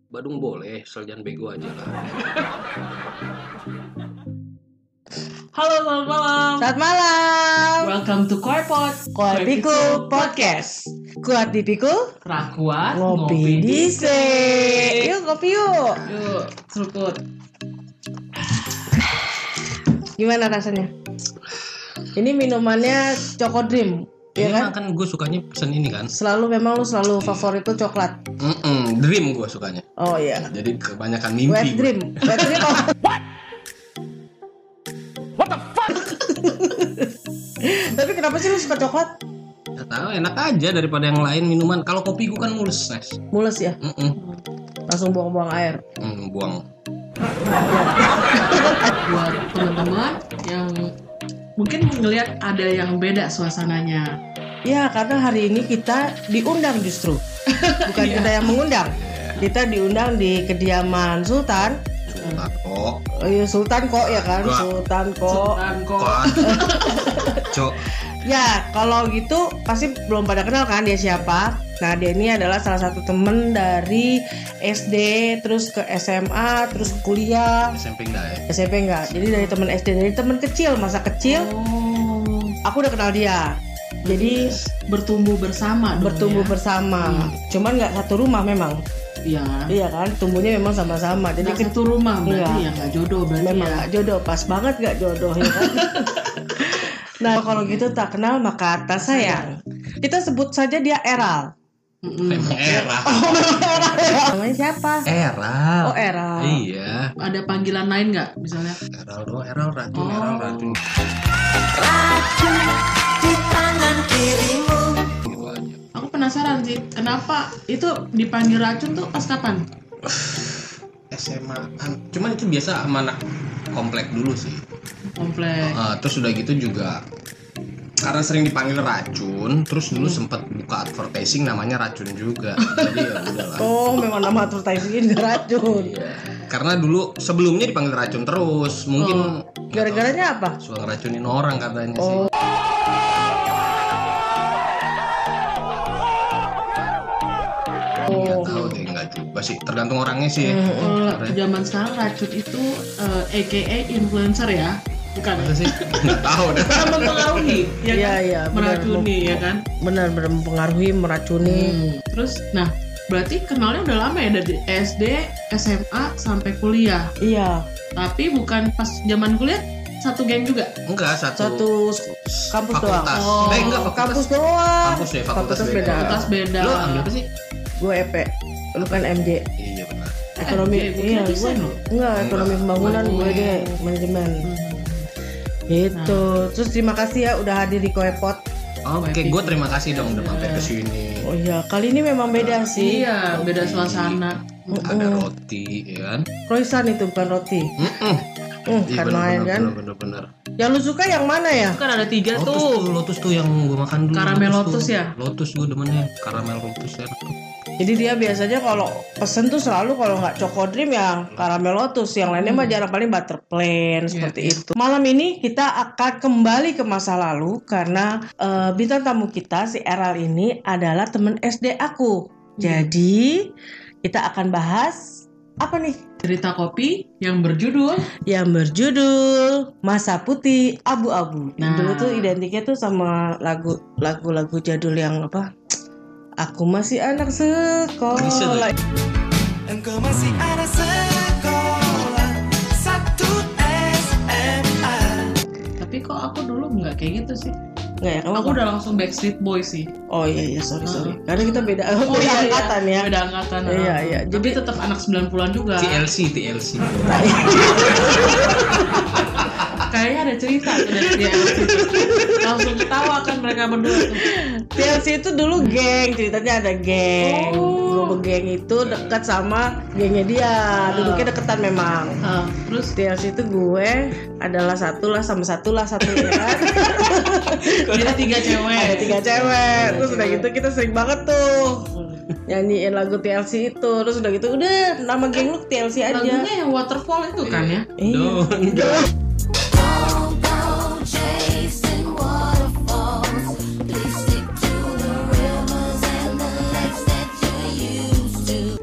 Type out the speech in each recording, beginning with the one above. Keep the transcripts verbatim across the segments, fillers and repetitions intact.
Badung boleh, asal jangan bego aja lah. Halo, selamat malam. Selamat malam. Welcome to Koipot. Kuat Pikul Podcast. Kuat dipikul, Rakuat ngopi dise. Yuk ngopi yuk. Yuk, seruput. Gimana rasanya? Ini minumannya Choco Dream. Ini Ya kan? mah kan gue sukanya pesen ini kan. Selalu memang lu selalu favorit tuh coklat. Mm-mm, dream gue sukanya. Oh iya. Jadi kebanyakan Wet mimpi. gua. Dream. Wet Dream. Oh. Tapi kenapa sih lu suka coklat? Gak tahu, enak aja daripada yang lain minuman. Kalau kopi gue kan mules, Nes. Mules ya? Mm-mm. Langsung buang-buang air. Mm, buang. Buat teman-teman yang mungkin ngelihat ada yang beda suasananya. Ya, karena hari ini kita diundang justru. Bukan kita yang mengundang. Kita diundang di kediaman Sultan. Sultan kok. Oh iya, Sultan kok ya kan? Enggak. Sultan kok. Sultan kok. Kok. Cok. Ya, kalau gitu pasti belum pada kenal kan dia siapa. Nah, dia ini adalah salah satu temen dari S D, terus ke S M A, terus kuliah. S M P enggak ya? S M P enggak. Jadi dari temen S D, dari temen kecil, masa kecil, Oh, aku udah kenal dia. Jadi bertumbuh bersama. dong bertumbuh ya? bersama. Hmm. Cuman nggak satu rumah memang. Iya. Iya kan, tumbuhnya memang sama-sama. Jadi Jadi satu rumah berarti Iya. ya nggak jodoh berarti memang ya. nggak jodoh, pas banget nggak jodoh ya kan. Nah, kalau gitu tak kenal maka tak sayang. Kita sebut saja dia Eral. Mm-mm. Emang era. Namanya siapa? Era. Oh, Eral. Iya. Ada panggilan lain nggak misalnya? Eral doang, Eral racun, Oh. Eral racun. Racun di tangan kirimu. Gitu aja. Aku penasaran sih, kenapa itu dipanggil racun tuh pas kapan? S M A an. Cuman itu biasa sama anak komplek dulu sih. Komplek. Uh, terus udah gitu juga karena sering dipanggil racun, terus dulu sempet buka advertising namanya racun juga. Jadi ya udahlah. Oh, memang nama advertising racun. Iya. Karena dulu sebelumnya dipanggil racun terus, mungkin Gara-garanya apa? suka ngeracunin orang katanya sih. Oh. Nggak Oh. tahu deh, nggak juga sih. Tergantung orangnya sih. Kalau Karena- zaman sekarang racun itu uh, A K A influencer ya, bukan? Masa sih? Nggak tahu deh. Kan mempengaruhi, ya Iya, kan? iya, benar. Meracuni, ya kan? Benar-benar mempengaruhi, meracuni. Hmm. Terus, nah, berarti kenalnya udah lama ya dari S D, S M A sampai kuliah. Iya, Tapi bukan pas zaman kuliah satu geng juga. Enggak, satu, satu kampus doang. fakultas. Oh, eh, enggak, fakultas. Kampus doang. Kampus ya, fakultas, Fakultas beda. Fakultas beda. Lo ambil apa sih? Gue E P, lu kan M J. Iya benar. Ekonomi, Eh, gue iya kira desain gue loh. enggak ekonomi pembangunan, Oh. gue deh manajemen. Gitu. Terus terima kasih ya udah hadir di Koepot. Oke, gue terima kasih dong udah mampir ke sini. Oh iya, kali ini memang beda sih. Iya, beda suasana. Ada roti, ya kan? Croissant itu bukan roti. Mm-mm. Hmm, Iya kan main kan. bener-bener. Yang lu suka yang mana ya? Kan ada tiga Lotus tuh. tuh, Lotus tuh yang gue makan dulu. Karamel Lotus tuh. ya? Lotus gue demennya, karamel Lotus ya. Jadi dia biasanya kalau pesen tuh selalu kalau nggak Choco Dream ya karamel Lotus, yang lainnya mah jarang, paling butter plain seperti iya. itu. Malam ini kita akan kembali ke masa lalu karena eh, bintang tamu kita si Eral ini adalah temen S D aku. Jadi kita akan bahas apa nih? Cerita kopi yang berjudul Yang berjudul Masa Putih Abu-Abu. Nah. Dulu tuh identiknya tuh sama lagu lagu-lagu jadul yang apa? Aku masih anak Bisa tuh. sekolah. Engkau masih anak sekolah satu S M A. Tapi kok aku dulu nggak kayak gitu sih. Nggak ya, kamu Aku udah langsung Backstreet Boys sih. Oh iya iya sorry sorry. Karena kita beda Oh beda iya, iya. angkatan ya. Beda angkatan. Iya, ah. iya. Tapi Jadi- tetap anak sembilan puluhan juga. T L C, T L C. Kayaknya ada cerita tuh dari dia. Langsung ketawa kan mereka berdua tuh. T L C itu dulu geng, ceritanya ada geng. Oh. Grup geng itu dekat sama gengnya dia. Duduknya deketan memang. Ah, terus T L C itu gue adalah satu lah sama satu lah satu ya kan. jadi tiga cewek. Ada tiga cewek. Terus udah gitu kita sering banget tuh nyanyiin lagu T L C itu. Terus udah gitu udah nama geng lu T L C aja. Lagunya yang Waterfall itu kan ya. Iya. Don't go chasing waterfalls. Please stick to the rivers and the lakes that you used to. Itu emang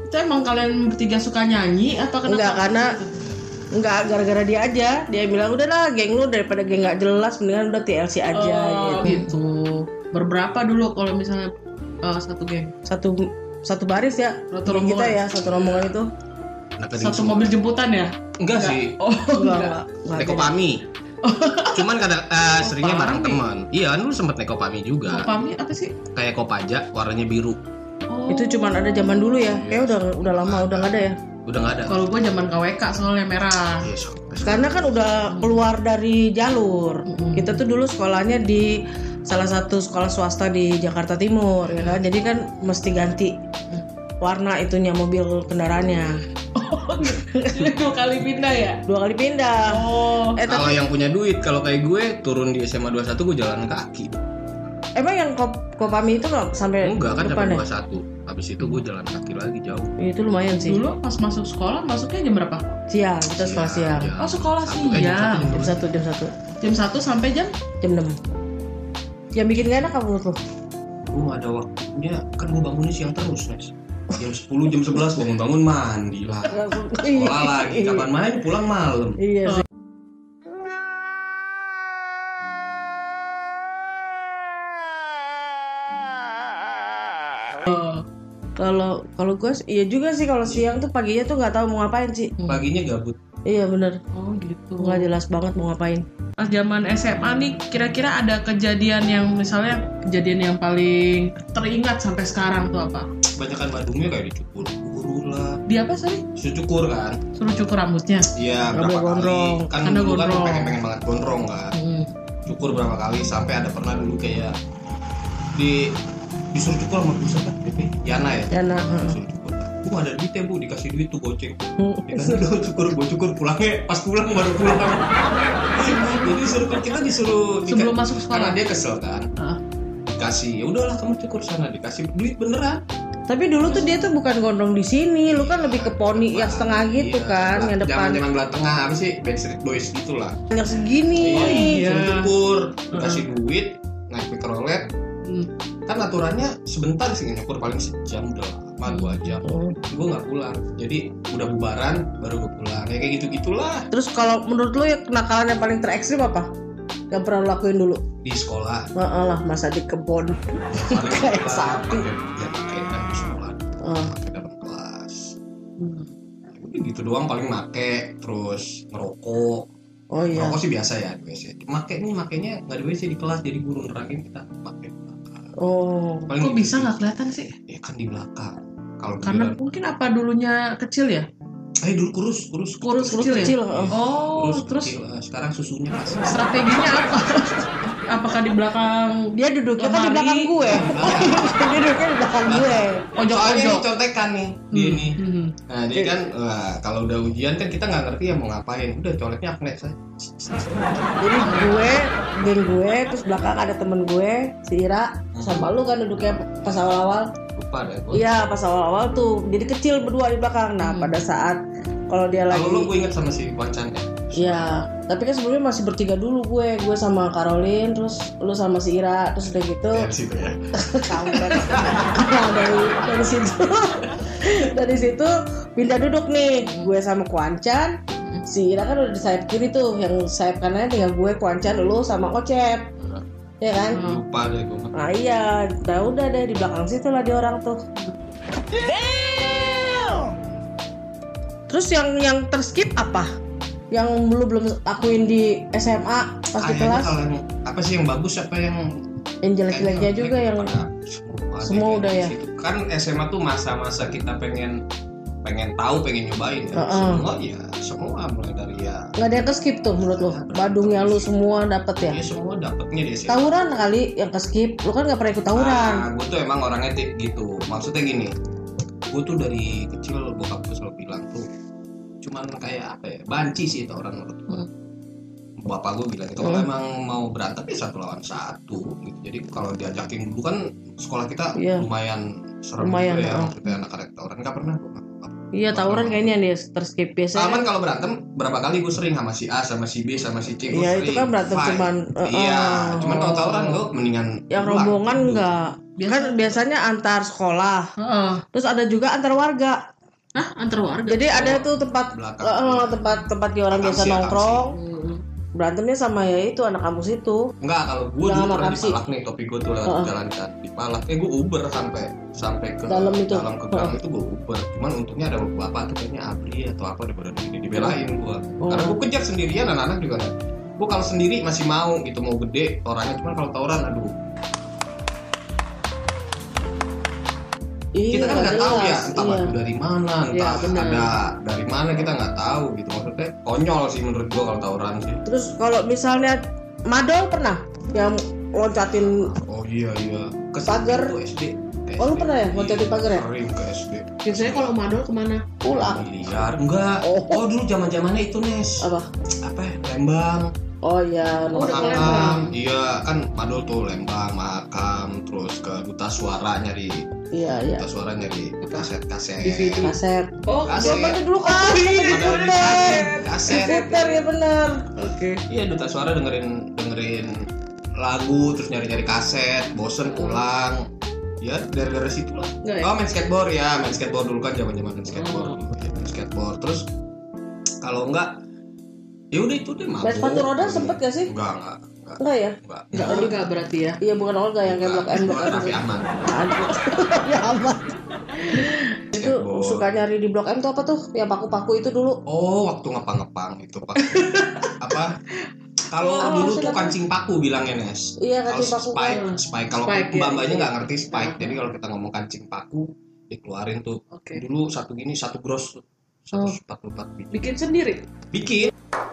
kalian bertiga suka nyanyi atau kenapa? Enggak, karena enggak gara-gara dia aja. Dia bilang udahlah geng lu daripada geng nggak jelas mendingan udah T L C aja Oh, gitu. gitu. Berberapa dulu kalau misalnya uh, satu geng? Satu satu baris ya. Satu Geng kita rombongan. ya, satu rombongan itu. Anak gading Satu semua. mobil jemputan ya? Enggak sih. Oh, Enggak, enggak. enggak. enggak Neko beda. Pami. Cuman kadang eh, seringnya Pami. bareng teman. Iya, kan lu sempet Neko Pami juga. Pami apa sih? Kayak Kopaja warnanya biru. Oh. Itu cuman ada zaman dulu ya. Kayak udah udah lama udah nggak ada ya. Udah enggak ada. Kalau gue zaman K W K soalnya merah. Iya, so- Karena kan udah keluar dari jalur. Mm-mm. Kita tuh dulu sekolahnya di salah satu sekolah swasta di Jakarta Timur ya kan. Jadi kan mesti ganti warna itunya mobil kendaraannya. Jadi dua kali pindah ya? Dua kali pindah. Oh. Eh Kalau tapi yang punya duit, kalau kayak gue turun di S M A dua puluh satu gue jalan kaki. emang yang kop Kopami itu nggak sampai Enggak kan depan sampai ya? dua puluh satu. Habis itu gue jalan kaki lagi jauh. Itu lumayan sih. Dulu pas masuk sekolah masuknya jam berapa? Siang, kita sekolah siang. jam Oh, sekolah satu. Eh, jam siang. satu, Jam jam satu, jam satu, Jam satu sampai jam? jam enam. Yang bikin gak enak apa menurut lo? Gue gak ada waktunya, kan gue bangunnya siang terus, Nes. Jam sepuluh, jam sebelas bangun-bangun mandi lah. Sekolah lagi, kapan main pulang malam. Iya sih. Oh. Kalau kalau gue iya juga sih kalau siang tuh paginya tuh nggak tahu mau ngapain sih. Paginya gabut. Iya bener, Oh gitu. nggak jelas banget mau ngapain. Pas zaman S M A nih, kira-kira ada kejadian yang misalnya kejadian yang paling teringat sampai sekarang tuh apa? Banyakan Bandungnya kayak dicukur guru lah. Di apa sih? Suruh cukur kan? Suruh cukur rambutnya. Iya, Nggak berapa boleh gondrong. kali. Kan Karena dulu kan gondrong. pengen-pengen banget gondrong kan. Hmm. Cukur berapa kali sampai ada pernah dulu kayak di disuruh cukur sama pusat kan, B P Yana ya. Ya nah, Disuruh cukur. Bu ada duitnya bu, dikasih duit tuh goceng. Ya kan udah cukur, gue cukur pulangnya pas pulang baru pulang. Jadi disuruh kita disuruh dika- Sebelum masuk karena sekolah. dia kesel kan. Ah. Dikasih, ya udahlah kamu cukur sana, dikasih duit beneran. tapi dulu tuh dia tuh bukan gondrong di sini, lu kan lebih ke poni yang setengah gitu Iya, kan, belah- yang depan Zaman-zaman belah tengah apa sih? Backstreet Boys gitulah. yang segini. iya. Suruh cukur, dikasih duit, naik mikrolet. Hmm. Kan aturannya sebentar sih nyukur paling sejam udah lama dua jam. Oh. Gue nggak pulang, jadi udah bubaran baru gue pulang. Ya kayak gitu gitulah Terus kalau menurut lu ya kenakalan yang paling terekstrim apa? Yang pernah lu lakuin dulu? di sekolah. Heeh lah, masa di kebun. Paling Kayak kita sapi. pakai ya pakai dan sekolah, Oh. pakai dalam kelas. Hmm. Udah gitu doang paling make, terus ngerokok. Oh iya. Ngerokok sih biasa ya di W C. Make nih makainya nggak di W C di kelas, jadi guru nerangin kita pakai. Oh. Paling Kok gitu bisa sih. nggak kelihatan sih? Ya kan di belakang. Kalau Karena giliran- mungkin apa dulunya kecil ya? eh dulu kurus, kurus, Kurus Kurus kecil ya? kecil, oh. Oh, Kurus terus kecil. Eh, sekarang susunya kasih. strateginya apa? Apakah di belakang Dia duduknya kan di lemari? belakang gue. Dia duduknya di belakang gue. Soalnya Pojok-pojok. ini contekan nih di Hmm, ini. hmm. Nah, jadi kan wah, kalau udah ujian kan kita nggak ngerti ya mau ngapain. Udah coleknya agnes aja. Jadi gue, geng gue, terus belakang ada temen gue, si Ira, sama lu kan duduknya pas awal-awal. Lupa deh. gua. Iya, pas awal-awal tuh. Jadi kecil berdua di belakang. Nah, Hmm. pada saat kalau dia lagi, Kalau lu gue inget sama si Wancan ya. iya. Tapi kan sebelumnya masih bertiga dulu gue, gue sama Caroline, terus lu sama si Ira, terus udah gitu. Ya, di situ ya. Kamu kan. Nah, dari dari situ, dari situ pindah duduk nih. Gue sama Kuancan, si Ira kan udah di sayap kiri tuh, yang sayap kanannya tinggal gue, Kuancan, lu sama Kocep, ya kan? Hmm. Lupa deh gue. Nah iya, nah udah deh di belakang situ lah dia orang tuh. Terus yang yang terskip apa? Yang lu belum lakuin di S M A pas di Kayaknya kelas? kalau yang apa sih yang bagus apa yang Yang jelek-jeleknya juga yang semua, semua deh, udah kayak ya? gitu. Kan S M A tuh masa-masa kita pengen pengen tahu, pengen nyobain kan. Heeh. Semua ya, semua mulai dari ya nggak ada yang keskip tuh menurut lu? Badungnya lu semua dapet ya? ya semua dapetnya di S M A. Tawuran kali yang keskip, lu kan nggak pernah ikut tawuran. Nah, gue tuh emang orangnya tip gitu. Maksudnya gini, gue tuh dari kecil bokap gue selalu bilang tuh, cuman kayak apa ya, banci sih itu orang menurut gue. Bapak gue bilang itu kalau Hmm. emang mau berantem ya satu lawan satu gitu. Jadi kalau diajakin dulu kan sekolah kita Iya. lumayan serem Lumayan, juga ya, oh. maksudnya anak-anak tawuran nggak pernah gue. Iya tawuran kayaknya nih terskip biasanya. Aman kalau berantem berapa kali gue sering sama si A, sama si B, sama si C. Gue Iya itu sering kan berantem fight. cuman. uh, Iya, uh. cuman kalau tawuran gue mendingan Yang pulang. rombongan Gitu. enggak. Biasa- Kan biasanya antar sekolah. Heeh. Terus ada juga antar warga. Hah, antar warga? Jadi ada tuh tempat Belakang. eh, tempat tempat di orang biasa Akamsi, nongkrong. Hmm. Berantemnya sama ya itu anak kampus itu. Enggak, kalau gue Jangan dulu pernah makan di sih. Palak nih, topi gue tuh lewat Heeh. jalan kan di Palak. Eh gue Uber sampai sampai ke Dalam itu. dalam ke gang Heeh. itu gue Uber. Cuman untungnya ada bapak tuh kayaknya Abri atau apa daripada ini dibelain gue. Oh. Karena gue kejar sendirian, anak-anak juga. Gue kalau sendiri masih mau gitu, mau gede orangnya, cuman kalau tawuran aduh. Iya, Kita kan nggak tahu ya jelas. entah Iya. batu dari mana, Iya, entah benar. ada dari mana, kita nggak tahu gitu. Maksudnya konyol sih menurut gue kalau tawuran sih. Terus kalau misalnya Madol pernah yang loncatin. Oh iya iya. Ke Pagar. situ S D. Ke Oh, lu S D. pernah ya loncatin Iya, pagar ya? Sering ke S D. Biasanya kalau madol kemana? Pulang. Miliar enggak. Oh. Oh, dulu zaman-zamannya itu Nes. Apa? Apa ya? Lembang. Oh iya. Oh, udah ke Makam. Lembang. Iya, kan Madol tuh Lembang, Mahakam, terus ke Duta Suara nyari Iya iya. Duta Suara nyari kaset-kaset. D V D. Kaset. Oh, Kaset. Zaman itu dulu kan. Ada di kaset, kaset. Puter ya benar. Oke. Iya, Duta Suara dengerin dengerin lagu, terus nyari-nyari kaset, bosen pulang. Ya, dari dari situ lah. Enggak ya? Oh, main skateboard ya, main skateboard dulu kan zaman-zaman main skateboard. Oh. dulu. Ya, main skateboard. Terus kalau enggak ya udah itu deh mabuk. Main sepatu roda sempet gak sih? Enggak, enggak, enggak. Enggak ya? Enggak. Enggak Olga berarti ya? Iya bukan Olga yang kayak blok M blok M. Raffi Ahmad. Aduh. Ya aman. Itu Skateboard. suka nyari di blok M tuh apa tuh? Yang paku-paku itu dulu. Oh, waktu ngepang-ngepang itu Pak. Apa? Kalau Oh, dulu tuh maksudnya apa? kancing paku bilangnya Nes. Iya Kalau kancing paku. spike, spike kalau Spike, ya. mbak-mbaknya nggak ngerti spike. Jadi kalau kita ngomong kancing paku, dikeluarin tuh. Oke. Dulu satu gini, satu gross tuh. satu Oh. empat puluh empat biji. Bikin sendiri. Bikin.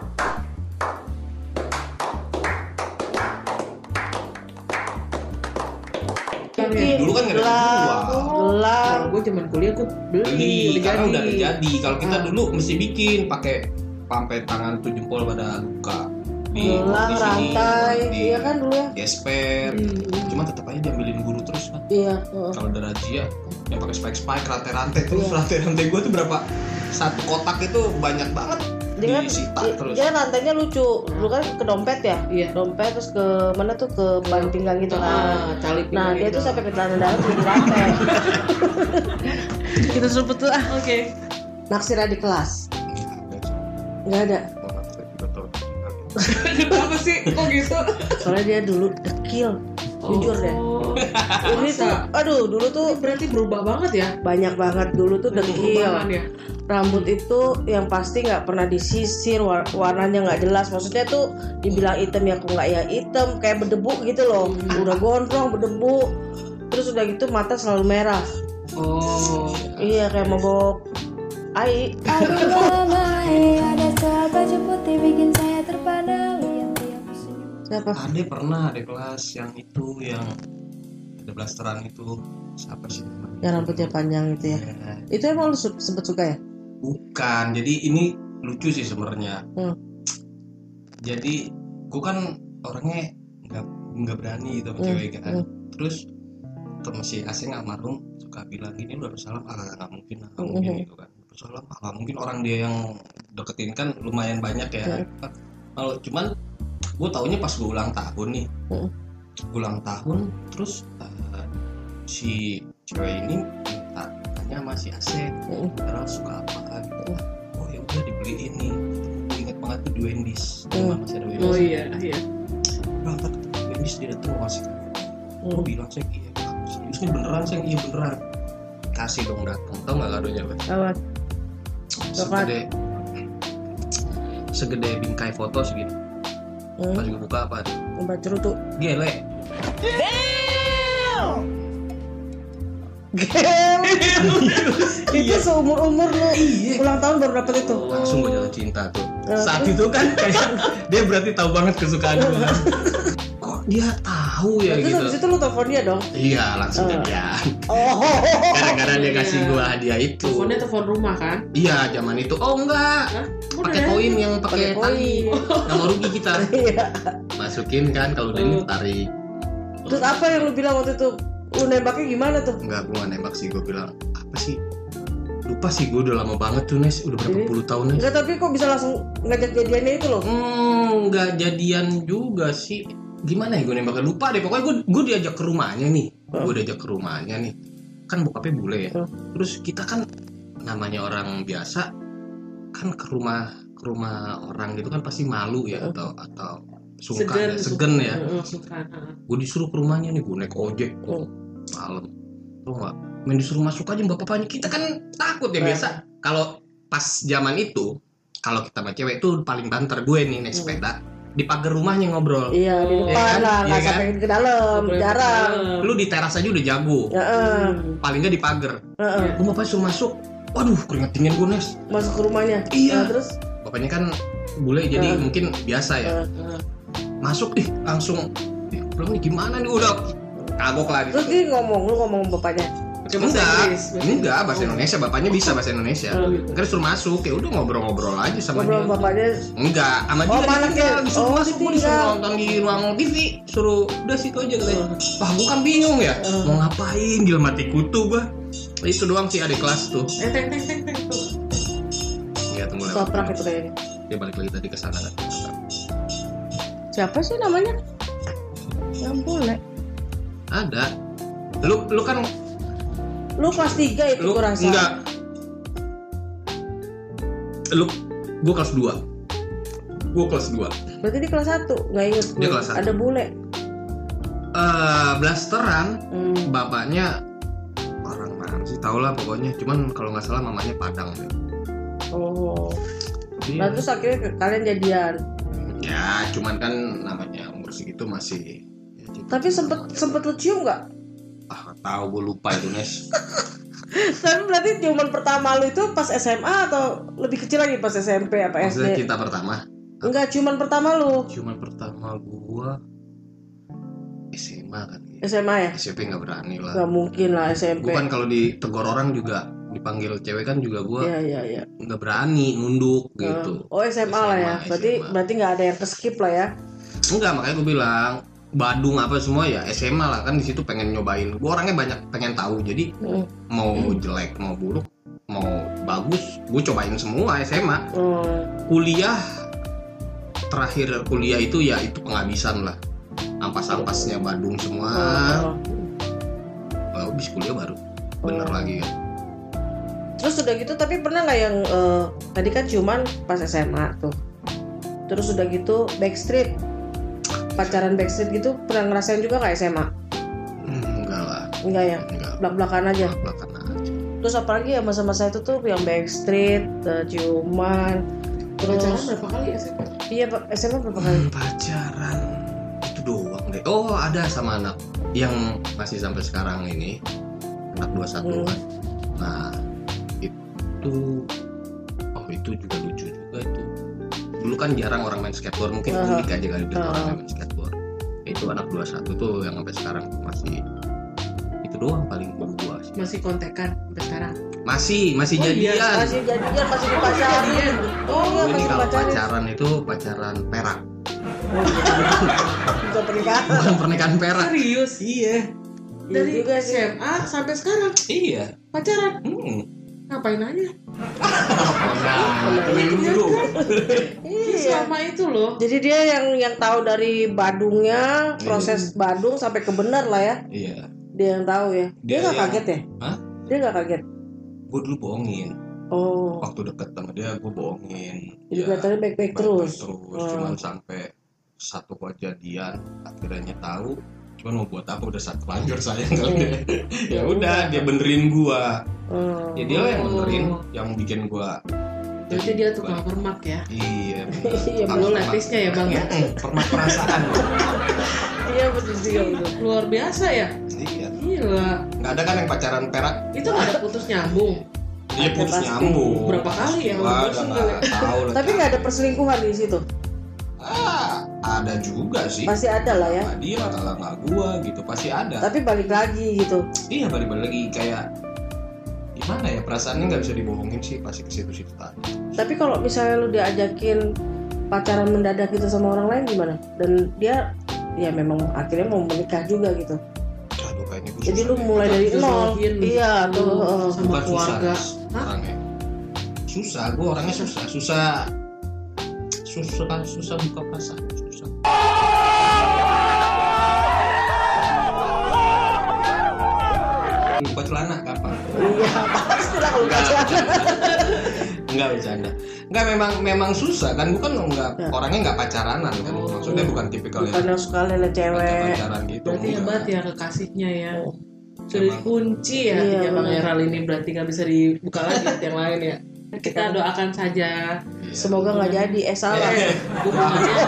Bikin Dulu kan nggak ada gelang, dijual. gelang. Gue zaman kuliah gue beli, Beli, udah karena jadi. udah ada jadi. Kalau kita Ah. dulu mesti bikin pakai sampai tangan tuh jempol pada luka. Di, Gelang, di sini, rantai, di iya kan dulu ya? gesper. Hmm. Cuma tetap aja diambilin guru terus kan. Iya. heeh. Kalau ada razia yang pakai spike spike rantai-rantai terus Iya. rantai-rantai gue tuh berapa satu kotak itu banyak banget Dia kan, disita dia, terus. dia rantainya lucu. Dulu kan ke dompet ya? Iya. Dompet terus ke mana tuh ke ban pinggang gitu kan. Ah, tali Nah pinggang dia gitu. tuh sampai ke celana dalam tuh di rantai. Kita sebut tuh ah. Oke. Naksir di kelas. Nggak ada. Kenapa sih? Kok gitu? Soalnya dia dulu dekil. Jujur deh. Oh. Ini tuh, Masa? aduh dulu tuh Berarti berubah banget ya? banyak banget dulu tuh dekil. Perubahan ya? Rambut itu yang pasti nggak pernah disisir, war- warnanya nggak jelas. Maksudnya tuh dibilang hitam ya kok nggak ya hitam, kayak berdebu gitu loh. Udah gondrong berdebu. Terus udah gitu mata selalu merah. Oh. Iya kayak mogok ai. Aduh mai, ada soal baju putih bikin saya terpana lihat dia senyum. Siapa? Ada pernah ada kelas yang itu yang ada blasteran itu siapa sih namanya? Yang rambutnya panjang itu ya. Ya, Itu emang lu su- sempet suka ya? bukan, jadi ini lucu sih sebenarnya. Hmm. Jadi gue kan orangnya nggak nggak berani gitu sama Hmm, cewek kan. hmm. Terus temen si asing almarhum suka bilang gini lu harus salam, ah nggak mungkin lah, nggak Hmm, mungkin hmm. gitu kan. Terus salam, ah nggak mungkin, orang dia yang deketin kan lumayan banyak ya. Hmm. Kalau cuman gue taunya pas gue ulang tahun nih, Hmm. ulang tahun terus uh, si cewek ini minta tanya sama si Asep, Hmm. karena suka apa gitu. Oh ya udah dibeli ini. Gue inget banget tuh di Wendy's, Hmm. masih ada Wendy's. Oh iya, iya. Berangkat ke Wendy's dia datang mau ngasih. Gue Hmm. bilang saya iya, serius nih beneran saya iya beneran. Kasih dong datang, tau nggak kadonya Bang? Apa? Segede segede bingkai foto segini. Pas Hmm. gue buka apa? Obat cerutu. Gele. Gem. Itu seumur umur lu Iya. ulang tahun baru dapet itu. Langsung gue jatuh cinta tuh. Eh. Saat itu kan kayak dia berarti tahu banget kesukaan gue. Kok dia tahu ya Terus habis gitu? itu lu telepon dia dong. Iya langsung Eh. jadian. Oh. Gara-gara dia Iya. kasih gue hadiah itu. Teleponnya telepon rumah kan? Iya zaman itu. Oh enggak. Hah? Pakai koin yang pakai Pakai tali. koin. Nggak mau rugi kita. Iya. Masukin kan kalau udah ini tarik. Terus apa yang lu bilang waktu itu? Lu nembaknya gimana tuh? Enggak, gue gak nembak sih. Gue bilang apa sih? Lupa sih, gue udah lama banget tuh Nes. Udah berapa Jadi- puluh tahun Nes. Enggak, tapi kok bisa langsung ngajak jadiannya itu loh? Hmm, nggak jadian juga sih. Gimana ya gue nembaknya? Lupa deh. Pokoknya gue gue diajak ke rumahnya nih. Gue diajak ke rumahnya nih. Kan bokapnya bule ya. Hmm. Terus kita kan namanya orang biasa kan ke rumah ke rumah orang gitu kan pasti malu ya atau atau sungkan ya, segen ya. Gue disuruh ke rumahnya nih, gue naik ojek tuh malam, tuh nggak main disuruh masuk aja mbak bapaknya, kita kan takut ya biasa. Kalau pas zaman itu kalau kita sama cewek tuh paling banter gue nih naik sepeda di pagar rumahnya ngobrol. Iya, di depan ya kan? lah, nggak Iya sampai ke dalam, jarang. Lu di teras aja udah jago. Heeh. Paling nggak di pagar. Heeh. Gue bapak suruh masuk, waduh keringet dingin gue Nes. Masuk ke rumahnya. Iya. Nah, terus Bapaknya kan bule jadi Heeh. mungkin biasa ya. Heeh. Masuk ih langsung, ih belum nih gimana nih udah kagok lah Terus gitu. dia ngomong, lu ngomong bapaknya. Enggak, enggak bahasa Indonesia, bapaknya bisa bahasa Indonesia. Oh, gitu. Kan disuruh masuk, ya udah ngobrol-ngobrol aja sama Ngobrol dia. bapaknya. Enggak, sama Oh, dia malah ditinggal, dia- disuruh oh, masuk, gua disuruh ditinggal. nonton di ruang T V, suruh udah situ aja katanya. Wah, gua kan bingung ya, Uh. mau ngapain, gila mati kutu gua. Itu doang sih adik kelas tuh. Eh, teng teng teng teng tuh. Ya tunggu lewat. Toprak itu kayaknya. Dia balik lagi tadi ke sana kan. Siapa sih namanya? Yang boleh. Ada. Lu lu kan Lu kelas tiga itu lu gua rasa. enggak. Lu gua kelas dua. Gua kelas dua. Berarti di kelas satu, nggak inget Dia gua. kelas satu. Ada bule. Eh, blasteran Hmm. bapaknya orang mana sih tau lah pokoknya, cuman kalau nggak salah mamanya Padang deh. Oh. Jadi, Nah terus akhirnya ke- kalian jadian. ya cuman kan namanya umur segitu masih ya, gitu. Tapi sempet sempet lu cium nggak? ah tahu gue lupa itu Nes. Tapi berarti ciuman pertama lu itu pas S M A atau lebih kecil lagi pas S M P apa S Maksudnya D? cinta pertama, Enggak, ciuman pertama lu cuman pertama gua S M A kan ya. S M A ya? S M P nggak berani lah. Nggak mungkin lah S M P. Gua kan kalau ditegur orang juga dipanggil cewek kan juga gua Iya iya iya. nggak berani nunduk gitu. Oh S M A lah ya. S M A, Berarti S M A. berarti nggak ada yang keskip lah ya. Enggak, makanya gue bilang Badung apa semua ya S M A lah kan, di situ pengen nyobain. Gue orangnya banyak pengen tahu, jadi Hmm. mau jelek mau buruk mau bagus gue cobain semua S M A. Hmm. Kuliah terakhir kuliah itu ya itu penghabisan lah, ampas-ampasnya Badung semua. Oh. Oh, habis kuliah baru bener Oh. lagi kan. Terus udah gitu tapi pernah nggak yang eh, tadi kan ciuman pas S M A tuh. Terus udah gitu Backstreet, pacaran Backstreet gitu pernah ngerasain juga nggak S M A? Hmm, enggak lah, Enggak ya, enggak, belak-belakan aja. belakang aja. Terus apalagi ya masa-masa itu tuh yang Backstreet, eh, ciuman, Pacaran terus berapa kali ya, S M P? iya Pak, S M A berapa kali? Hmm, pacaran itu doang deh. Oh ada sama anak yang masih sampai sekarang ini, anak dua puluh satu Hmm. kan. Nah itu oh itu juga lucu juga itu. Dulu kan jarang orang main skateboard, mungkin Ah. unik aja kali dari Ah. orang yang main skateboard. Itu anak dua puluh satu tuh yang sampai sekarang tuh masih itu doang paling gua sih. Masih kontekan sampai sekarang. Masih masih Oh, iya, jadian. Masih jadian, masih dipacarin. jadian. Oh iya Ini masih kalau dipacarin. pacaran itu pacaran perak, Bisa pernikahan. bukan pernikahan perak. Serius? Iya. Iya Dari juga S sih. M A sampai sekarang Iya. pacaran? Hmm. Ngapain aja? Nah, itu dulu. Iya. Selama itu loh. Jadi dia yang yang tahu dari Badungnya, proses Badung sampai ke benar lah ya. Iya. Dia yang tahu ya. Dia Dia nggak yang- kaget ya? Hah? Dia nggak kaget. Gue dulu bohongin. Oh. Waktu deket sama dia gue bohongin. Jadi Ya, kelihatannya baik-baik baik-baik terus. terus. Oh. Cuman sampai satu kejadian akhirnya tahu. Cuman mau buat apa, udah satu lanjur sayang kali Iya. dia. Ya udah dia benerin gua. Oh. Ya dia lah yang benerin, yang bikin gua. Berarti dia tukang permak ya. Iya. Iya, Dulu Permak- lepisnya ya bang ya. Permak perasaan. Iya betul juga betul. Luar biasa ya. Iya. Gila. Nggak ada kan yang pacaran perak? Itu nggak ada putus nyambung. Dia Ada putus pasti. nyambung. Berapa kali ya? Wah, Putus udah nggak? nggak tahu lah. Tapi nggak ada perselingkuhan di situ. Ah, ada juga sih. Pasti ada lah ya. Nggak dia kalau nggak gua gitu pasti ada. Tapi balik lagi gitu. Iya balik-balik lagi kayak gimana ya, perasaannya nggak bisa dibohongin sih, pasti ke situ-situ tadi. Tapi kalau misalnya lu diajakin pacaran mendadak gitu sama orang lain gimana? Dan dia ya memang akhirnya mau menikah juga gitu. Aduh kayaknya gua Jadi susah lu deh. mulai dari nol. Disolohin. Iya tuh. Oh, heeh. sama Bukan keluarga. susah Hah? orangnya. Susah, gua orangnya susah, susah, susah, susah buka perasaan, susah. Buka celana kapan? Iya, pasti lah kalau pacaran. Enggak bercanda. Enggak, memang memang susah kan, bukan enggak Ya. orangnya enggak pacaranan kan. Maksudnya bukan tipikal Bukan yang suka lihat cewek. pacaran gitu. Berarti enggak. hebat ya kekasihnya ya. Sudah Emang. dikunci ya Iya, tiga Bang benar. Eral ini, berarti nggak bisa dibuka lagi yang lain ya. Kita doakan saja. Iya. Semoga nggak jadi. Eh salah. Eh, hubungannya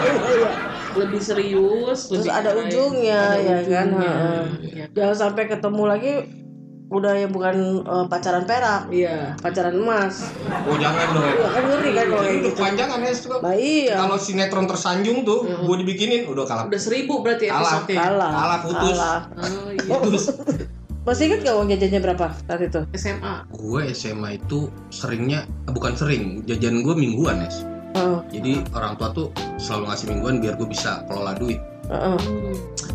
lebih serius, Terus lebih ada baik. ujungnya, Ada ya kan? ujungnya. Heeh. Iya. Jangan sampai ketemu lagi udah ya bukan eh, pacaran perak, Iya. pacaran emas. Oh jangan dong. Iya kan ngeri kan kalau Jadi kayak udah gitu. kepanjangan ya tuh. Nah iya. Kalau sinetron tersanjung tuh, gue dibikinin udah kalah. Udah seribu berarti Kalah. episode-nya. Kalah. Kalah, putus. Kalah. Oh iya. Putus. Masih ingat gak uang jajannya berapa saat itu? S M A. Gue S M A itu seringnya, eh, bukan sering, jajan gue mingguan ya. Heeh. Jadi orang tua tuh selalu ngasih mingguan biar gue bisa kelola duit. Heeh. Hmm.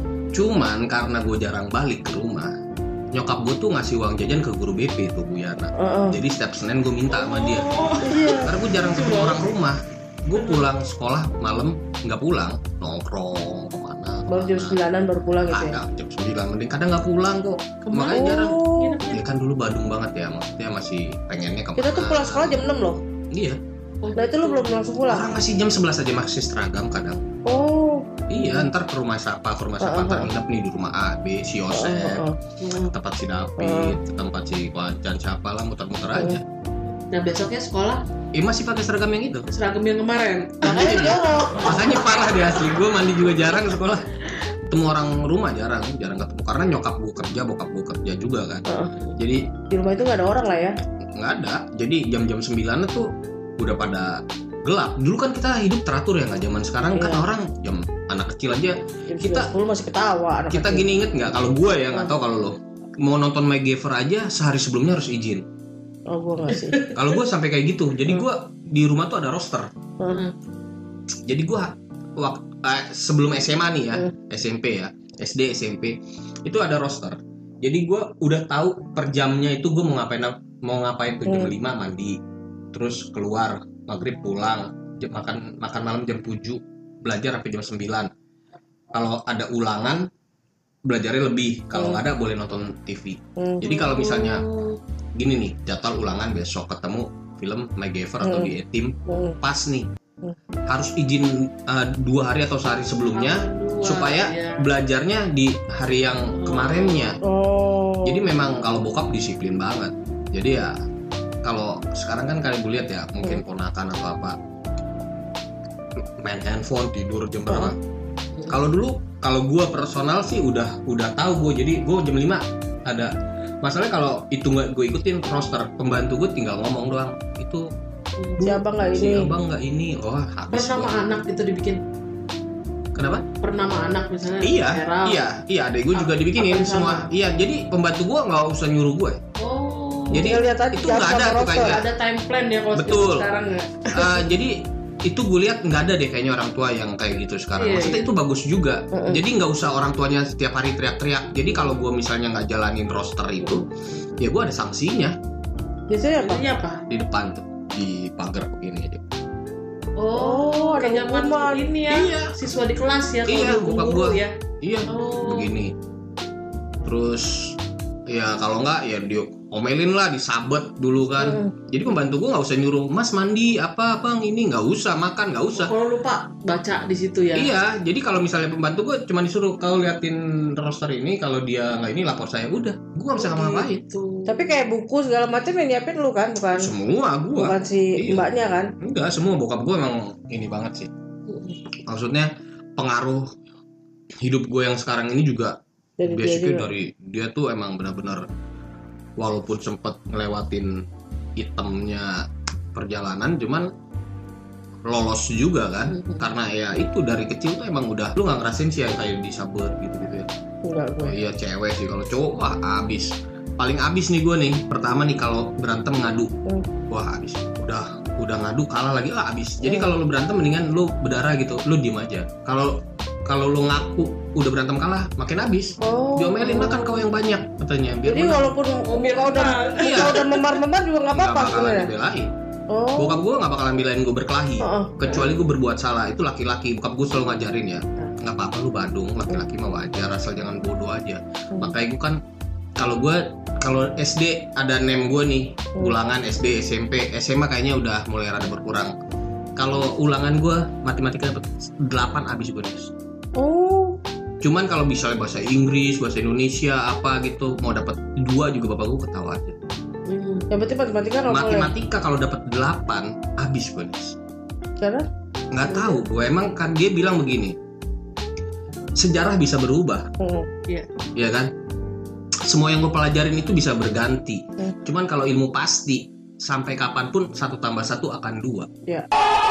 Cuman karena gue jarang balik ke rumah, nyokap gue tuh ngasih uang jajan ke guru B P tuh Bu Yana. Heeh. Jadi setiap Senin gue minta sama dia. Iya. Karena gue jarang ketemu orang rumah. Gue pulang sekolah malam nggak pulang, nongkrong kemana? Baru jam sembilanan baru pulang gitu ya. Ada jam sembilan, mending kadang nggak pulang kok. Kemana? Makanya jarang. Oh. Ya kan dulu Badung banget ya, maksudnya masih pengennya kemana? Kita tuh pulang sekolah jam enam loh. Iya. Nah itu lu belum langsung pulang. Orang masih jam sebelas aja masih seragam kadang. Oh. Iya, ntar ke rumah siapa, ke rumah siapa, Uh-uh. ntar nginep nih di rumah A, B, si Yosef, Heeh. tempat si David, tempat si Wajan, siapa lah, muter-muter aja. Nah besoknya sekolah Eh masih pakai seragam yang itu. seragam yang kemarin. Makanya jorok. Makanya parah deh asli, gue mandi juga jarang sekolah. Ketemu orang rumah jarang, jarang ketemu karena nyokap gue kerja, bokap gue kerja juga kan. Heeh. Jadi Di rumah itu nggak ada orang lah ya. nggak ada. Jadi jam-jam sembilan tuh udah pada gelap. Dulu kan kita hidup teratur ya, nggak zaman sekarang kan Iya. orang jam anak kecil aja. Jam Kita- sepuluh masih ketawa anak Kita kecil. gini inget nggak? Kalau gue ya nggak tahu kalau lo mau nonton MacGyver aja sehari sebelumnya harus izin. Oh gua nggak sih. Kalau gue sampai kayak gitu. Jadi gue di rumah tuh ada roster. Heeh. Jadi gue waktu eh, sebelum S M A nih ya, Hmm. S M P ya, S D S M P itu ada roster. Jadi gue udah tahu per jamnya itu gue mau ngapain mau ngapain tuh jam Hmm. lima mandi, terus keluar maghrib pulang, jam makan makan malam jam tujuh, belajar sampai jam sembilan. Kalau ada ulangan belajarnya lebih, kalau Hmm. nggak ada boleh nonton T V. Hmm. Jadi kalau misalnya Oh. gini nih, jadwal ulangan besok ketemu film MacGyver atau Hmm. di E-Team, Hmm. pas nih Hmm. harus izin uh, dua hari atau sehari sebelumnya Dua, supaya ya. belajarnya di hari yang kemarinnya. Oh. Jadi memang kalau bokap disiplin banget. Jadi ya kalau sekarang kan kalian lihat ya, mungkin ponakan atau apa main handphone tidur jam berapa. Kalau dulu kalau gua personal sih udah udah tahu gua, jadi gua jam lima ada. Masalahnya kalau itu nggak gue ikutin roster, pembantu gue tinggal ngomong doang. Itu si abang nggak si ini. abang nggak ini, oh habis. Per nama gua. anak itu dibikin. Kenapa? Per nama anak misalnya. Iya, Eral. iya, iya. Adek gue juga Apa- dibikinin apa yang semua. sama? Iya, jadi pembantu gue nggak usah nyuruh gue. Oh. Jadi Tinggal lihat aja itu jam nggak ada sama tuh roster. kayaknya. ada time plan ya kalau Betul. sekarang ya. Eh, jadi itu gue lihat nggak ada deh kayaknya orang tua yang kayak gitu sekarang. Iya, Maksudnya iya. itu bagus juga. Mm-mm. Jadi nggak usah orang tuanya setiap hari teriak-teriak. Jadi kalau gue misalnya nggak jalanin roster itu, ya gue ada sanksinya Biasanya apa? Ini apa? di depan tuh, di pagar begini aja. Oh, ada kayak zaman hukuman. ini ya. Iya. Siswa di kelas ya kalau Iya, di bokap guru gua. ya. Iya, Oh. begini. Terus ya kalau nggak ya diomelin lah, disabet dulu kan. Hmm. Jadi pembantu gue nggak usah nyuruh, Mas mandi apa bang ini, nggak usah makan, nggak usah. Kalau lupa baca di situ ya. Iya, jadi kalau misalnya pembantu gue cuma disuruh kau liatin roster ini, kalau dia nggak ini lapor saya, udah, gue nggak bisa ngapa-ngapain. Gitu. Tapi kayak buku segala macam yang nyiapin lu kan, bukan? Semua gue, Bukan si Iya. mbaknya kan? enggak, semua bokap gue emang ini banget sih. Maksudnya pengaruh hidup gue yang sekarang ini juga Dari dia basically juga. dari dia tuh emang benar-benar, walaupun sempet ngelewatin hitamnya perjalanan, cuman lolos juga kan. Mhm. Karena ya itu dari kecil tuh emang udah, lu nggak ngerasain sih yang kayak disabet gitu-gitu ya. Enggak gue. Iya cewek sih, kalau cowok wah abis. Paling abis nih gue nih. Pertama nih kalau berantem ngadu, Hmm. wah abis. Udah udah ngadu kalah lagi ah abis. Jadi Hmm. kalau lu berantem mendingan lu berdarah gitu, lu diem aja. Kalau kalau lu ngaku udah berantem kalah, makin abis. Oh. Diomelin makan kau yang banyak katanya. Biar Jadi menang. walaupun muka udah Iya. muka udah memar-memar juga nggak Nggak apa-apa bakalan sebenarnya. dibelain. Oh. Bokap gue nggak bakalan belain gue berkelahi. Heeh. Kecuali gue berbuat salah, itu laki-laki. Bokap gue selalu ngajarin ya, nggak apa-apa lu badung, laki-laki mah wajar asal jangan bodoh aja. Hmm. Makanya gue kan kalau gue kalau S D ada nem gue nih, ulangan S D, S M P, S M A kayaknya udah mulai rada berkurang. Kalau ulangan gue matematika dapat delapan habis gue nih. Oh. Cuman kalau misalnya bahasa Inggris, bahasa Indonesia apa gitu mau dapat dua juga bapak gue ketawa aja. Hmm. Ya berarti matematika nol. Matematika kalau dapat delapan habis gue nih. Karena? Nggak tahu, gue emang kan dia bilang begini. Sejarah bisa berubah. Iya. Hmm. Iya kan? Semua yang gue pelajarin itu bisa berganti. Hmm. Cuman kalau ilmu pasti sampai kapanpun satu tambah satu akan dua. Ya.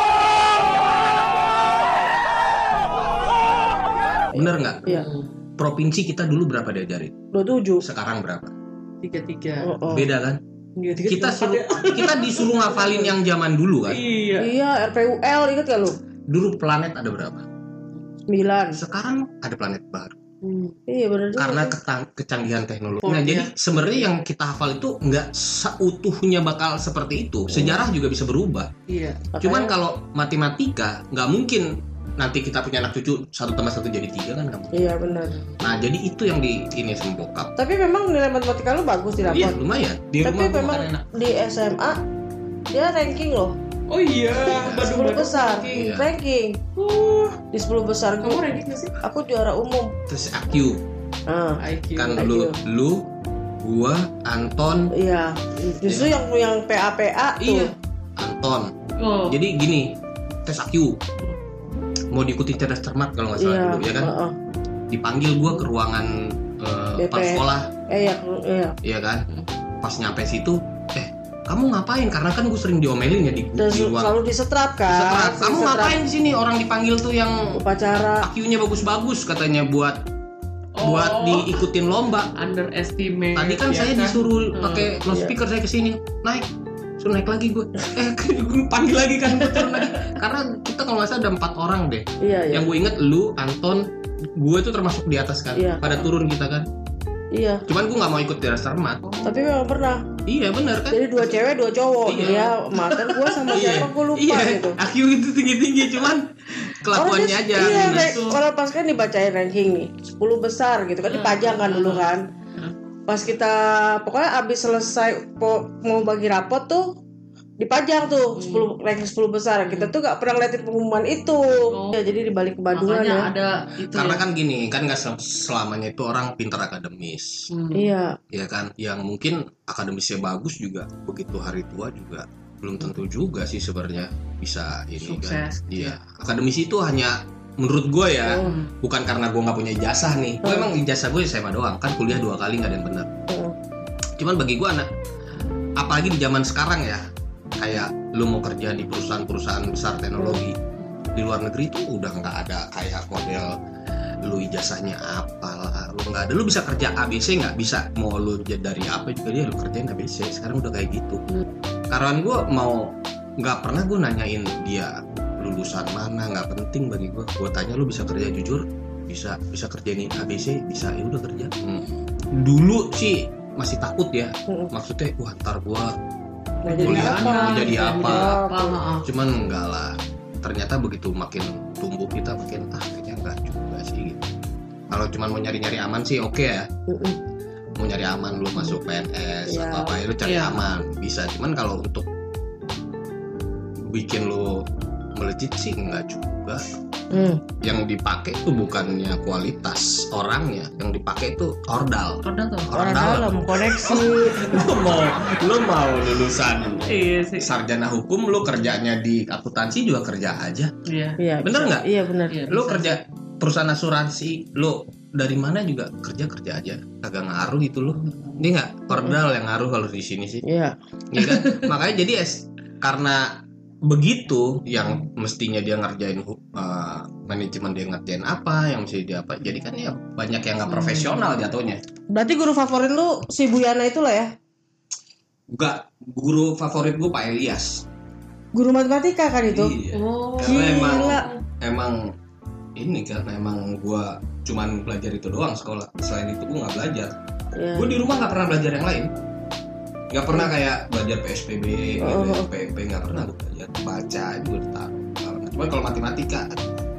Bener nggak? Iya. Provinsi kita dulu berapa diajarin? dua puluh tujuh. Sekarang berapa? Tiga tiga. Oh, oh. Beda kan? Tiga, tiga, Kita tiga, suruh kita disuruh ngafalin yang zaman dulu kan? Iya. Iya, R P U L inget gak lu? Dulu planet ada berapa? sembilan. Sekarang ada planet baru. Hmm. Iya benar juga. Karena ketang- kecanggihan teknologi. Oh, Nah, iya. jadi sebenarnya yang kita hafal itu nggak seutuhnya bakal seperti itu. Sejarah juga bisa berubah. Iya. Cuman kalau matematika nggak mungkin nanti kita punya anak cucu satu tambah satu jadi tiga kan nggak mungkin. Iya benar. Nah, jadi itu yang di ini sama bokap. Tapi memang nilai matematika lu bagus di Iya, rapor. lumayan. Di Tapi rumah gua memang makan enak. di S M A dia ranking loh. Oh iya. sepuluh besar. Iya. Ranking. Uh, Di sepuluh besar kamu gua. ranking nggak sih? Aku juara umum. Terus A Q Nah, I Q. kan I Q. lu lu gua Anton iya. Justru yang yang P A P A tuh. iya Anton. Oh. Jadi gini, tes A Q mau diikuti cerdas cermat kalau nggak salah Iya. dulu ya kan. Heeh. Dipanggil gua ke ruangan eh, B P. kepala sekolah, Eh iya, iya. iya kan. Pas nyampe situ, eh kamu ngapain? Karena kan gue sering diomelin ya di, Dan di ruang. selalu disetrap kan. Setelah, kamu Disetrap. ngapain di sini? Orang dipanggil tuh yang Upacara. A Q-nya bagus-bagus katanya buat Oh. buat diikutin lomba. Underestimate. Tadi kan ya saya disuruh Hmm. pakai Iya. loudspeaker saya kesini naik, suruh naik lagi gue. Eh, gue panggil lagi kan, gue turun lagi. Karena kita kalau nggak salah ada empat orang deh. Iya, iya. Yang gue inget lu, Anton, gue itu termasuk di atas kan. Iya. Pada turun kita kan. Iya. Cuman gue nggak mau ikut cerdas cermat. Tapi memang pernah. Iya benar kan. Jadi dua cewek, dua cowok. Iya. Dia mantan gua sama siapa gua lupa iya. gitu. A Q itu tinggi-tinggi cuman kelakuannya Orang aja. dia- Iya, Nah, kayak itu. kalau pas kan dibacain ranking nih, sepuluh besar gitu kan dipajang kan dulu kan. Pas kita pokoknya abis selesai po- mau bagi rapot tuh dipajang tuh sepuluh ranking sepuluh besar. Kita tuh gak pernah ngeliatin pengumuman itu. Ya jadi dibalik kebadungan Makanya ya. ada itu Karena ya. kan gini, kan nggak sel- selamanya itu orang pintar akademis, Hmm. Iya. ya kan? Yang mungkin akademisnya bagus juga, begitu hari tua juga belum tentu juga sih sebenarnya bisa ini Sukses, kan. Iya, akademisi itu hanya menurut gue ya, Oh. bukan karena gue nggak punya ijazah nih. Gue Oh. emang ijazah gue S M A doang, kan kuliah dua kali nggak ada yang benar. Oh. Cuman bagi gue anak, apalagi di zaman sekarang ya, kayak lu mau kerja di perusahaan-perusahaan besar teknologi di luar negeri tuh udah nggak ada kayak model lu ijazahnya apalah, lu nggak ada, lu bisa kerja A B C nggak bisa, mau lu j- dari apa juga dia lu kerjain A B C. Sekarang udah kayak gitu. Karena gue mau nggak pernah gue nanyain dia lulusan mana, nggak penting bagi gue. Gue tanya lu bisa kerja jujur, bisa bisa kerjain A B C, bisa, ya udah kerja. Hmm. Dulu sih masih takut ya, Mm-mm. maksudnya wah ntar gue Mau jadi kuliah apa? mau jadi Mau apa. jadi apa, ha-ha. Cuman enggak lah, ternyata begitu makin tumbuh kita makin ah kayaknya enggak juga sih gitu. Kalau cuman mau nyari-nyari aman sih oke ya, Mm-mm. mau nyari aman lu masuk P N S Iya. atau apa ya lu cari Iya. aman bisa. Cuman kalau untuk bikin lu melejit sih enggak juga. Hmm. Yang dipakai tuh bukannya kualitas orangnya, yang dipakai tuh ordal. Ada tuh. Orang dalam koneksi. Lu mau lu mau lulusan Iya sih. sarjana hukum, lu kerjanya di akuntansi juga kerja aja. Iya. Iya. Bener bisa. nggak? Iya benar. Iya. Lu Bisa kerja perusahaan asuransi, lu dari mana juga kerja kerja aja, kagak ngaruh gitu lu. Ini nggak ordal yang ngaruh kalau di sini sih, Iya. ya kan? Makanya jadi es karena begitu yang mestinya dia ngerjain uh, manajemen, dia ngerjain apa yang mesti dia apa, jadi kan ya banyak yang nggak profesional jatuhnya. Berarti guru favorit lu si Bu Yana itu lah ya? Enggak, guru favorit gue Pak Elias. Guru matematika kan itu? Iya. Oh. Karena emang Gila. emang ini kan emang gue cuman belajar itu doang sekolah, selain itu gue nggak belajar. Iya. Gue di rumah nggak pernah belajar yang lain, nggak pernah kayak belajar P S P B, Oh. gitu, P P, nggak pernah gue belajar. Baca juga ditaruh. Cuman kalau matematika,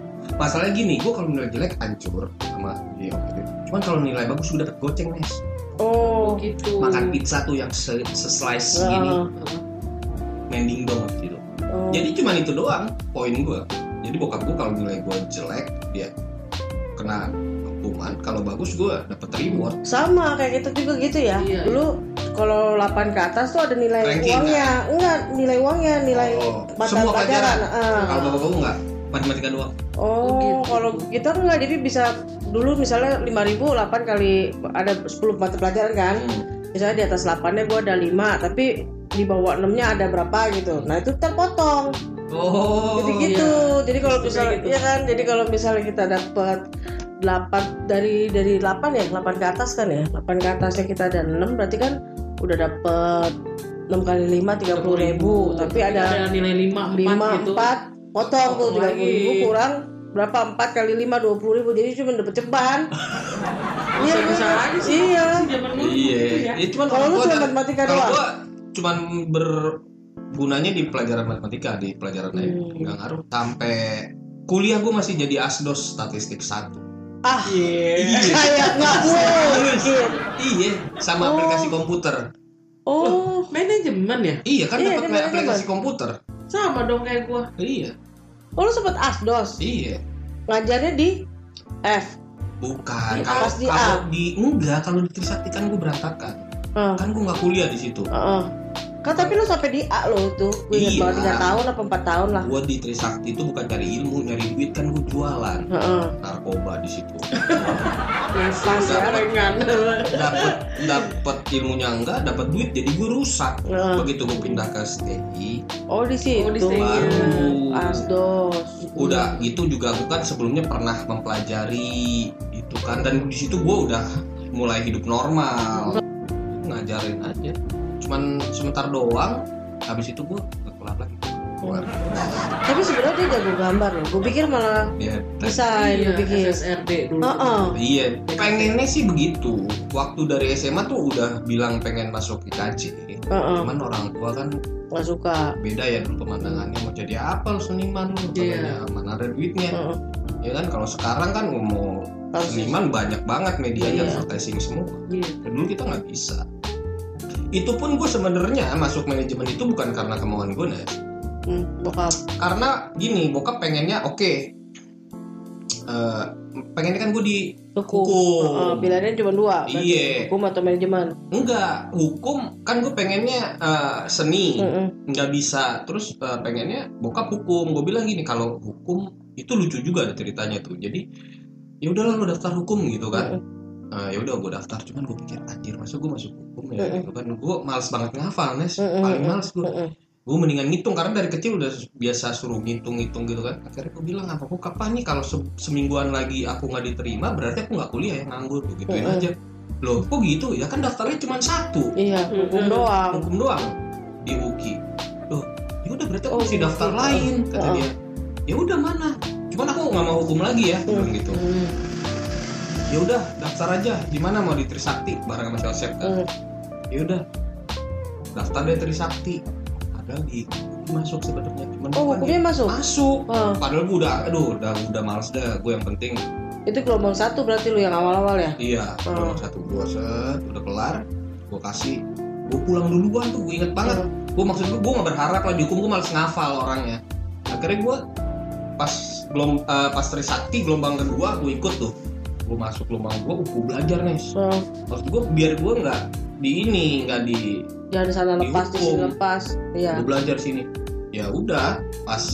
masalahnya gini, gue kalau nilai jelek hancur sama dia. Cuman kalau nilai bagus gue dapet goceng nih. Oh. gitu. Makan pizza tuh yang se- se-slice segini, Heeh. mending dong gitu. Oh. Jadi cuma itu doang poin gue. Jadi bokap gue kalau nilai gue jelek dia kena hukuman, kalau bagus gue dapet reward. Sama kayak gitu juga gitu ya. Iya, Dulu kalau delapan ke atas tuh ada nilai Ranking, uangnya. Enggak, nilai uangnya, nilai Oh, mata semua pelajaran. pelajaran. Ah. Kalau bapak gue enggak, matematika doang. Oh, Oh, gitu. kalau kita enggak, jadi bisa dulu misalnya lima ribu, delapan kali ada sepuluh mata pelajaran kan. Hmm. Misalnya di atas delapannya gue ada lima, tapi di bawah enamnya ada berapa gitu. Nah, itu terpotong. Oh. Jadi gitu. Jadi kalau Sistemnya misalnya gitu. iya kan, jadi kalau misalnya kita dapat delapan dari dari delapan ya, delapan ke atas kan ya. delapan ke atasnya kita ada enam, berarti kan udah dapat enam kali lima tiga puluh ribu, tapi ada nilai lima empat lima gitu. empat potong tuh Potong tiga puluh ribu lagi. kurang berapa, empat kali lima dua puluh ribu, jadi cuma dapat ceban. Iya Bisa aja sih. iya. Zaman dulu Iya. gitu ya. Ya cuman Kalau lu gua cuma dan- matematika kalau doang? gua cuman bergunanya di pelajaran matematika, di pelajaran lain Hmm. nggak ngaruh. Sampai kuliah gue masih jadi asdos statistik satu. Ah, Iya. kayak nggak mungkin. Iya, sama Oh. aplikasi komputer. Oh, Manajemen ya? Iya kan Iya, dapat dia manajemen. aplikasi komputer. Sama dong kayak gua. Iya. oh lu sempet asdos, Iya. ngajarnya di F. Bukan. Di Kalau atas di kalau A. di enggak, kalau di Trisakti kan gue berantakan. Ah. Kan gue nggak kuliah di situ. Heeh. Kan tapi lu sampai di A lo tuh. Gue ingat Iya. banget tiga tahun apa empat tahun lah. Gue di Trisakti itu bukan cari ilmu, nyari duit, kan gue jualan Heeh. narkoba di situ. Pas ya. Gorengan. Dapat dapat ilmunya enggak, dapat duit, jadi gue rusak. Heeh. Begitu gue pindah ke S T I, Oh di situ. Oh, di situ. baru Asdos. udah gitu juga gue kan sebelumnya pernah mempelajari itu kan, dan di situ gue udah mulai hidup normal, ngajarin aja. Cuman sebentar doang, habis itu gue nggak kelar lagi. Keluar. Tapi sebenarnya dia jago gambar loh. Gue pikir malah Ya, desain. Iya, Gue pikir. S S R D dulu. Heeh. iya, pengennya sih begitu. Waktu dari S M A tuh udah bilang pengen masuk I K J. Heeh. Cuman orang tua kan Nggak suka. beda ya dulu pemandangannya, mau jadi apa lu seniman lu, Iya. katanya mana ada duitnya. Heeh. Ya kan kalau sekarang kan mau Harus- seniman banyak banget medianya, Iya. advertising semua. Iya. Dulu kita nggak bisa. Itu pun gue sebenarnya masuk manajemen itu bukan karena kemauan gue, Nes. Hmm, bokap. Karena gini, bokap pengennya oke. Eh, pengennya kan gue di Hukum. Hukum. Heeh, pilihannya cuma dua. berarti. Iya. Hukum atau manajemen. enggak hukum, kan gue pengennya eh, seni. Heeh. Nggak bisa. Terus eh, pengennya bokap hukum. Gue bilang gini, kalau hukum itu lucu juga ada ceritanya tuh. Jadi ya udahlah lu daftar hukum gitu kan. Heeh. Eh, ya udah gue daftar, cuman gue pikir anjir masa gue masuk hukum ya Mm-mm. gitu kan. Gue males banget ngafal, Nes. Mm-mm. Paling males gue. Heeh. Gue mendingan ngitung karena dari kecil udah biasa suruh ngitung-ngitung gitu kan. Akhirnya gue bilang, apa kok kapan nih kalau se- semingguan lagi aku nggak diterima berarti aku nggak kuliah ya, nganggur gituin Mm-mm. aja. Loh kok gitu ya, kan daftarnya cuma satu, Iya, hukum Mm-mm. doang. hukum doang di U K I. Loh ya udah berarti aku Oh, mesti daftar gitu. lain, kata Oh. dia. Ya udah mana, cuman aku nggak mau hukum lagi ya, bilang gitu. Hmm. Ya udah daftar aja, di mana mau di Trisakti bareng sama Selsep kan. Hmm. Ya udah daftar deh Trisakti, padahal di masuk sebenarnya, cuman Oh, bukan hukumnya di- masuk. masuk. Oh, Padahal gue udah, aduh, udah udah males dah. Gue yang penting, itu gelombang satu berarti lu yang awal-awal ya? iya, Oh. kalau satu gue set, udah kelar, gue kasih, gue pulang duluan tuh, gue inget banget. Hmm. Gue maksud gue, gue nggak berharap lah dihukum, gue males ngafal orangnya. Akhirnya gue pas belum eh, pas Trisakti gelombang kedua, gue ikut tuh, gue masuk gelombang gue, gue belajar nih. Oh, Maksud gue biar gue nggak di ini, nggak di, jangan di sana lepas, di sini Dihukum. lepas. Iya. gue belajar sini. Ya udah, pas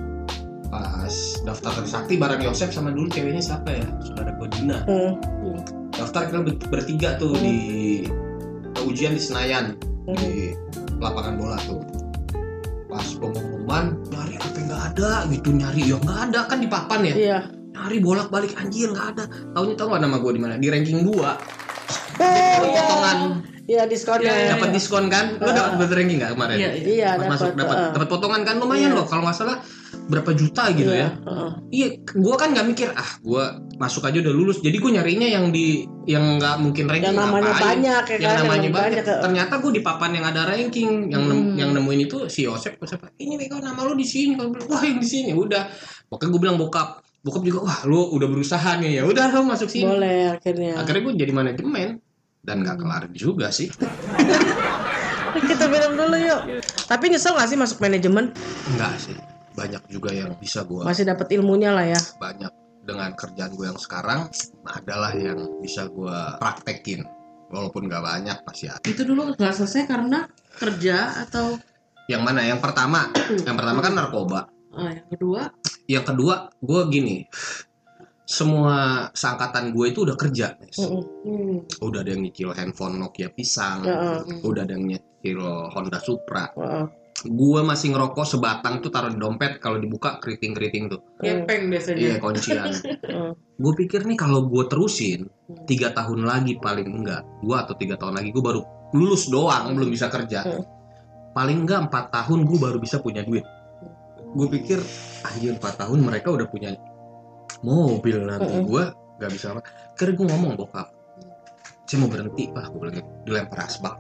pas daftar Trisakti bareng Yosep sama dulu ceweknya siapa ya, saudara gue Dina. Hmm. Daftar kita ber- bertiga tuh Hmm. di ujian di Senayan, Hmm. di lapangan bola tuh. Pas pengumuman nyari apa nggak ada gitu, nyari ya nggak ada kan di papan ya, Iya. nyari bolak balik anjir nggak ada. Taunya tahu nggak nama gue di mana, di ranking dua, Oh, potongan iya diskonnya. Iya, iya, dapat diskon kan. Lo dapat dapat ranking nggak kemarin? Iya, Iya, Pas masuk dapat. dapat Heeh. dapat potongan kan, lumayan Iya. loh kalau nggak salah berapa juta gitu Iya, ya. heeh. Iya, gue kan nggak mikir ah gue masuk aja udah lulus. Jadi gue nyarinya yang di yang nggak mungkin ranking, Yang namanya ngapain? banyak ya yang kan, namanya yang banyak. banyak, Ternyata gue di papan yang ada ranking, yang nem- Hmm. yang nemuin itu si Yosep. Siapa? Ini Wiko nama lu di sini. Kalau bilang, wah yang di sini. Udah. Pokoknya gue bilang bokap. Bokap juga wah lu udah berusaha nih ya. Udah lu masuk sini. Boleh akhirnya. Akhirnya gue jadi manajemen. dan nggak kelar juga sih. Kita minum dulu yuk. Tapi nyesel nggak sih masuk manajemen? Enggak sih, banyak juga yang bisa gue, Masih dapat ilmunya lah ya. banyak dengan kerjaan gue yang sekarang adalah yang bisa gue praktekin, walaupun nggak banyak pasti ada. Itu dulu nggak selesai karena kerja atau Yang mana? Yang pertama, yang pertama kan narkoba. oh, yang kedua? Yang kedua, gue gini, semua seangkatan gue itu udah kerja, Nes. Mm-mm. Udah ada yang nyicil handphone Nokia pisang, Heeh. udah ada yang nyicil Honda Supra. Heeh. Gue masih ngerokok sebatang tuh taruh di dompet, kalau dibuka keriting-keriting tuh. Gepeng biasanya. Iya, kuncian. Heeh. Gue pikir nih kalau gue terusin tiga tahun lagi paling enggak, dua atau tiga tahun lagi gue baru lulus doang, belum bisa kerja. Hmm. Paling enggak empat tahun gue baru bisa punya duit. Gue pikir anjir empat tahun mereka udah punya mobil nanti, Hmm. gue nggak bisa apa. Akhirnya gue ngomong bokap, saya mau berhenti pak, gue bilang gitu. Dilempar asbak,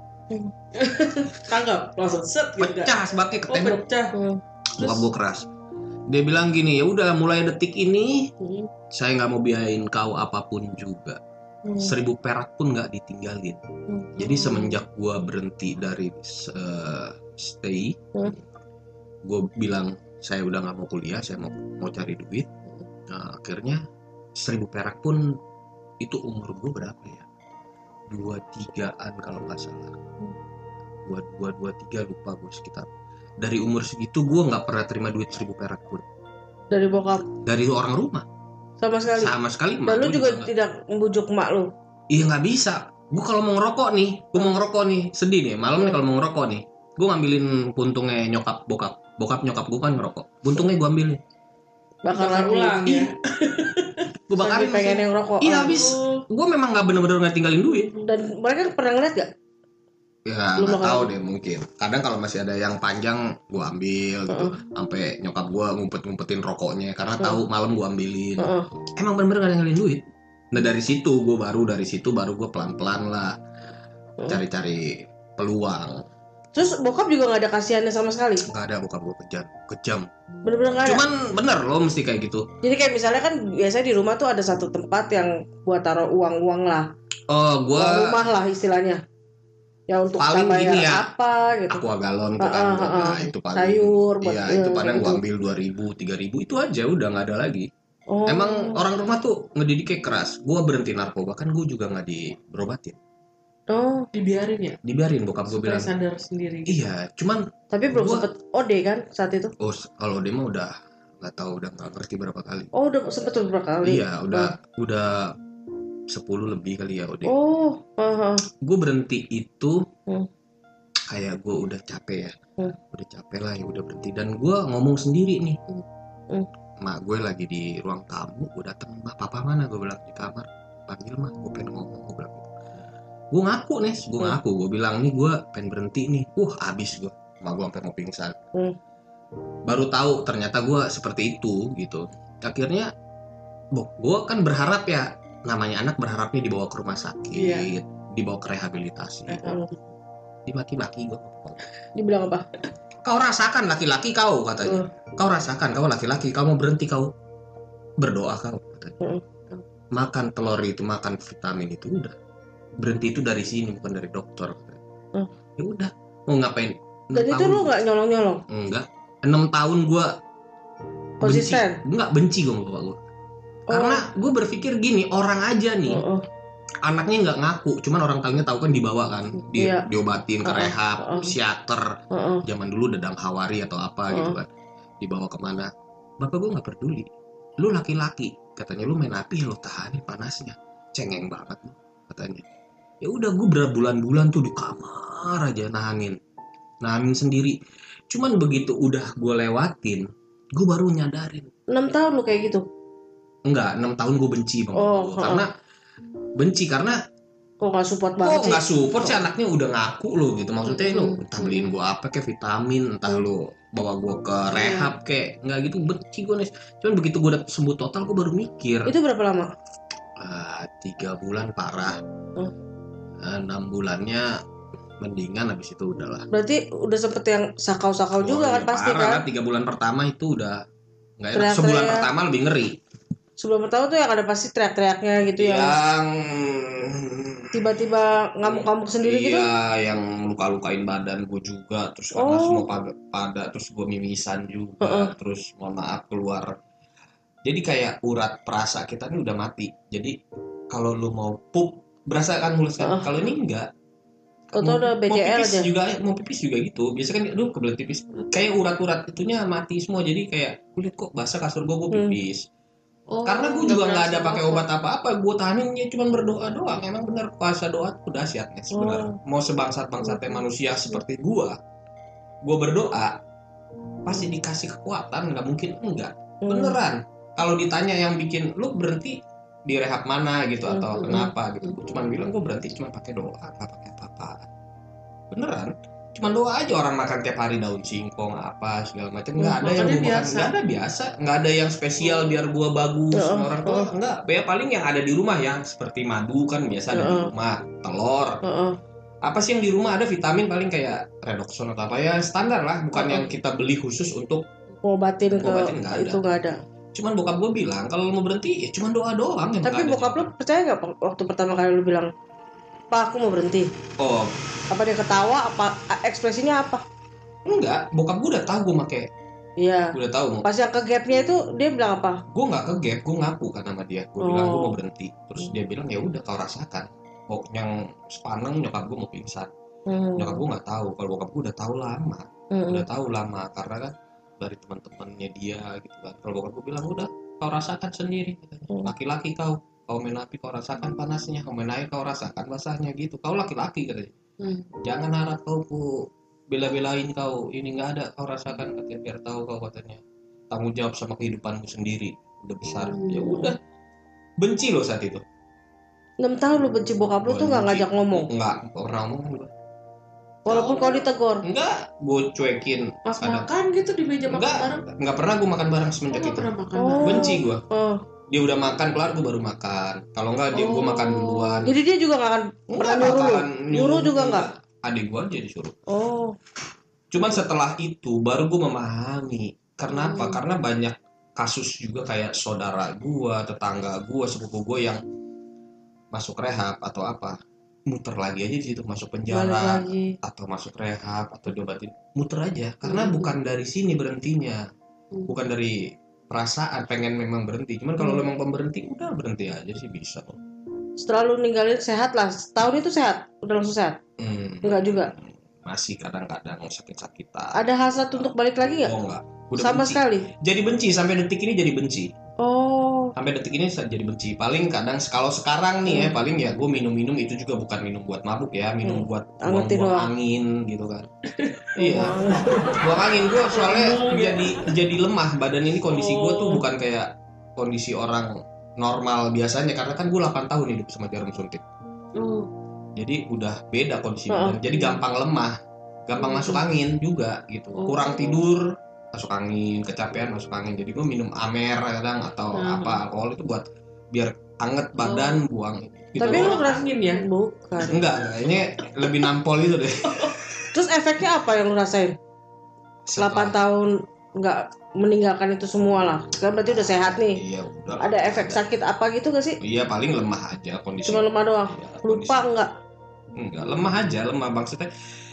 Tanggap langsung set gitu. pecah asbaknya ke Oh, tembok. pecah. Hmm. Bokap gue keras. Dia bilang gini, ya udah mulai detik ini Hmm. saya nggak mau biayain kau apapun juga. Hmm. Seribu perak pun nggak ditinggalin. Hmm. Jadi semenjak gue berhenti dari uh, stay, Hmm. gue bilang saya udah nggak mau kuliah, saya mau mau cari duit. Nah, akhirnya seribu perak pun itu umur gue berapa ya? Dua tigaan kalau nggak salah. Dua dua dua tiga lupa gue sekitar. Dari umur segitu gue nggak pernah terima duit seribu perak pun Dari bokap dari orang rumah sama sekali. sama sekali. Dan emak lu gua juga nggak- tidak membujuk emak lu. Iya nggak bisa. Gue kalau mau ngerokok nih, gue mau ngerokok nih, sedih nih. Malam nih kalau mau ngerokok nih, gue ngambilin puntungnya nyokap bokap, bokap nyokap gue kan ngerokok. Puntungnya gue ambilin, Bakal Bakar lagi. ulang ya. gue bakarin. Sampai pengen yang rokok. Iya Ah. habis. Gue memang nggak bener-bener nggak tinggalin duit. Dan mereka pernah ngeliat gak? Ya Lu nggak bakal- tahu deh mungkin. Kadang kalau masih ada yang panjang, gue ambil gitu. Sampai nyokap gue ngumpet-ngumpetin rokoknya karena tahu malam gue ambilin. Heeh. Emang bener-bener gak ninggalin duit. Nah dari situ gue baru dari situ baru gue pelan-pelan lah Hmm. cari-cari peluang. Terus bokap juga gak ada kasihannya sama sekali. Nggak ada bokap gue kejam, kejam. Bener-bener gak ada. Cuman bener loh mesti kayak gitu. Jadi kayak misalnya kan biasanya di rumah tuh ada satu tempat yang buat taruh uang-uang lah. Oh gue Uang rumah lah istilahnya. Ya untuk Paling kita bayar gini ya, apa gitu. aqua galon tuh kan, Ah, ah, gua- ah, nah, itu paling sayur buat iya iya, itu paling kayak gue gitu. ambil dua ribu tiga ribu itu aja udah nggak ada lagi. Oh. Emang orang rumah tuh ngedidiknya keras. Gue berhenti narkoba kan gue juga nggak diberobatin, Oh, Dibiarin ya. dibiarin bokap gue Supaya bilang. sadar sendiri. Iya, cuman tapi belum Gua- sempet O D kan saat itu? oh kalau dia mah udah nggak tahu udah nggak ngerti berapa kali. Oh, udah sempet beberapa kali. Iya udah udah sepuluh lebih kali ya udah. Oh, heeh. Gue berhenti itu Hmm. kayak gue udah capek ya, Hmm. udah capek lah ya udah berhenti. Dan gue ngomong sendiri nih, Hmm. mak gue lagi di ruang tamu, gue datang, mak papa mana, gue bilang di kamar, panggil mah, gue pengen ngomong, gue bilang gitu. Gue ngaku nih, gue Hmm. ngaku, gue bilang nih gue pengen berhenti nih, uh abis gue, mak gue sampai mau pingsan. Hmm. Baru tahu ternyata gue seperti itu gitu. Akhirnya, gue kan berharap ya, namanya anak berharapnya dibawa ke rumah sakit, Iya. dibawa ke rehabilitasi. Hmm. Dimaki-maki gue. Dibilang apa? Kau rasakan laki-laki kau katanya. Hmm. Kau rasakan kau laki-laki, kau mau berhenti kau berdoa kau katanya. Hmm. Makan telur itu, makan vitamin itu udah. Berhenti itu dari sini bukan dari dokter. Hmm. Ya udah, mau ngapain? enam Dan itu tahun. lu nggak nyolong-nyolong? Enggak. enam tahun gua Konsisten? benci. Enggak benci gua sama bapak gua. Karena gue berpikir gini, orang aja nih, Heeh. anaknya nggak ngaku, cuman orang tuanya tahu kan dibawa kan, di, Iya. diobatin ke Uh-uh, rehab, uh-uh. psikiater, Heeh. zaman dulu Dadang Hawari atau apa gitu Uh-uh. kan, dibawa kemana. Bapak gue nggak peduli, lu laki-laki, katanya lu main api lu tahanin panasnya, cengeng banget lu, katanya. Ya udah gue berbulan-bulan tuh di kamar aja nahanin, nahanin sendiri. Cuman begitu udah gue lewatin, gue baru nyadarin. enam tahun lu kayak gitu? Enggak, enam tahun gue benci bang, Oh, gua. Karena benci karena Kok nggak support banget kok sih? nggak support sih, anaknya udah ngaku lo gitu, maksudnya lo Hmm. entah beliin gue apa kayak vitamin, entah lo bawa gue ke rehab kayak nggak gitu, benci gue nih. Cuman begitu gue udah sembuh total gue baru mikir, Itu berapa lama? ah, tiga bulan parah, Hmm. Ah, enam bulannya mendingan, habis itu udahlah. Berarti udah sempet yang sakau-sakau juga Oh, kan iya, pasti parah kan? lah, tiga bulan pertama itu udah nggak enak. Teriak-teriak. Sebulan pertama lebih ngeri. Sebelum pertama tuh yang ada pasti teriak-teriaknya gitu ya. Yang tiba-tiba ngamuk-ngamuk sendiri iya, gitu? Iya, yang luka-lukain badan gue juga. Terus karena Oh. semua pada, pada terus gue mimisan juga. Uh-uh. Terus mohon maaf keluar. Jadi kayak urat perasa kita ini udah mati. Jadi kalau lu mau pup berasa kan mulus kan. Uh-uh. Kalau ini enggak. Atau udah B mau C L pipis aja? juga, mau pipis juga gitu. Biasa kan, aduh kebelet pipis. Kayak urat-urat itunya mati semua. Jadi kayak kulit kok basah kasur gue, gue Hmm. pipis. Oh, Karena gue juga nggak ada pakai obat apa-apa. Gue tahanin ya cuma berdoa doang. Emang benar puasa doa tuh dahsyat nih sebenarnya. Oh. Mau sebangsat-bangsatnya manusia seperti gue, gue berdoa pasti dikasih kekuatan. Nggak mungkin enggak. Hmm. Beneran. Kalau ditanya yang bikin lu berhenti di rehab mana gitu atau Hmm. kenapa gitu, gue cuma bilang gue berhenti cuma pakai doa, nggak pakai apa-apa. Beneran, cuma doa aja. Orang makan tiap hari daun singkong apa segala macam, nggak ada yang Makannya gua makan, biasa. nggak ada biasa, nggak ada yang spesial biar gua bagus. Heeh, Orang tua heeh. nggak, ya paling yang ada di rumah yang seperti madu kan biasa ada di Heeh. rumah, telur. Heeh. Apa sih yang di rumah ada vitamin paling kayak redoxon atau apa ya standar lah, bukan Heeh. yang kita beli khusus untuk. Ngobatin ke Ngobatin nggak ada. itu nggak ada. Cuman bokap gue bilang kalau lu mau berhenti ya cuma doa doang. Yang Tapi nggak ada bokap sih. lu percaya nggak waktu pertama kali lu bilang, Pak aku mau berhenti? Oh Apa dia ketawa? Apa ekspresinya apa? enggak, bokap gue udah tahu gue make, Iya. udah tahu. Pas yang ke gapnya itu dia bilang apa? Gue nggak ke gap, gue ngaku kan sama dia. Gue Oh. bilang gue mau berhenti. Terus dia bilang ya udah kau rasakan. Oh yang sepaneng nyokap gue mau pingsan. Hmm. Nyokap gue nggak tahu. Kalau bokap gue udah tahu lama, Hmm. udah tahu lama karena kan dari teman-temannya dia gitu kan. Kalau bokap gue bilang udah kau rasakan sendiri. Katanya. Hmm. Laki-laki kau, kau main api kau rasakan panasnya, kau main air kau rasakan basahnya gitu. Kau laki-laki katanya. Hmm. Jangan harap kau ku bela-belain kau. Ini nggak ada kau rasakan katanya, biar tahu kau katanya. Tanggung jawab sama kehidupanmu sendiri. Udah besar. Hmm. Ya udah. Benci loh saat itu. enam tahun lu benci bokap lu tuh nggak ngajak ngomong. Enggak, pernah ngomong gue. Walaupun kau ditegur. Enggak, gue cuekin. Pas Kadang- makan gitu di meja makan Enggak, bareng. enggak pernah gue makan bareng Oh, semenjak nggak itu. pernah makan Oh. bareng. Benci gue. Oh. Dia udah makan kelar, gue baru makan. Kalau enggak dia gue Oh. makan duluan. Jadi dia juga nggak akan Enggak pernah nyuruh lu? bakalan Nyuruh juga nggak? Adik gue aja disuruh. Oh. Cuman setelah itu baru gue memahami. Karena apa? Hmm. Karena banyak kasus juga kayak saudara gue, tetangga gue, sepupu gue yang masuk rehab atau apa, muter lagi aja di situ, masuk Balik penjara lagi. atau masuk rehab atau diobatin, muter aja karena Hmm. bukan dari sini berhentinya, Hmm. bukan dari perasaan pengen memang berhenti. Cuman kalau Hmm. lu memang pemberhenti udah berhenti aja sih bisa. Setelah lu ninggalin sehat lah. Setahun itu sehat? Udah langsung sehat? Hmm. Enggak juga. Masih kadang-kadang sakit-sakitan. Ada hasrat untuk balik lagi nggak? Oh enggak. Udah Sama benci. sekali. Jadi benci sampai detik ini jadi benci. Oh. Sampai detik ini saya jadi benci. Paling kadang kalau sekarang nih ya Hmm. paling ya gue minum-minum itu juga bukan minum buat mabuk ya, minum Hmm. buat Angetin buang-buang doang. angin gitu kan. Iya. Buang angin gue soalnya jadi jadi lemah badan ini, kondisi gue tuh Oh. bukan kayak kondisi orang normal biasanya karena kan gue delapan tahun hidup sama jarum suntik. Oh. Jadi udah beda kondisi Oh. badan. Jadi gampang lemah, gampang Hmm. masuk angin juga gitu. Oh. Kurang tidur masuk angin, kecapean masuk angin. Jadi gue minum amer kadang atau Hmm. apa alkohol itu buat biar anget badan, buang gitu. Tapi lu Orang ngerasa- angin ya? Bukan. enggak, enggak, ini lebih nampol itu deh. Terus efeknya apa yang lu rasain? delapan tahun nggak meninggalkan itu semua lah. Sekarang berarti udah sehat nih. Iya, udah. Ada efek sakit apa gitu gak sih? Iya, paling lemah aja kondisi. Cuma lemah doang. Iya, Lupa kondisi. nggak? Enggak, lemah aja, lemah maksudnya.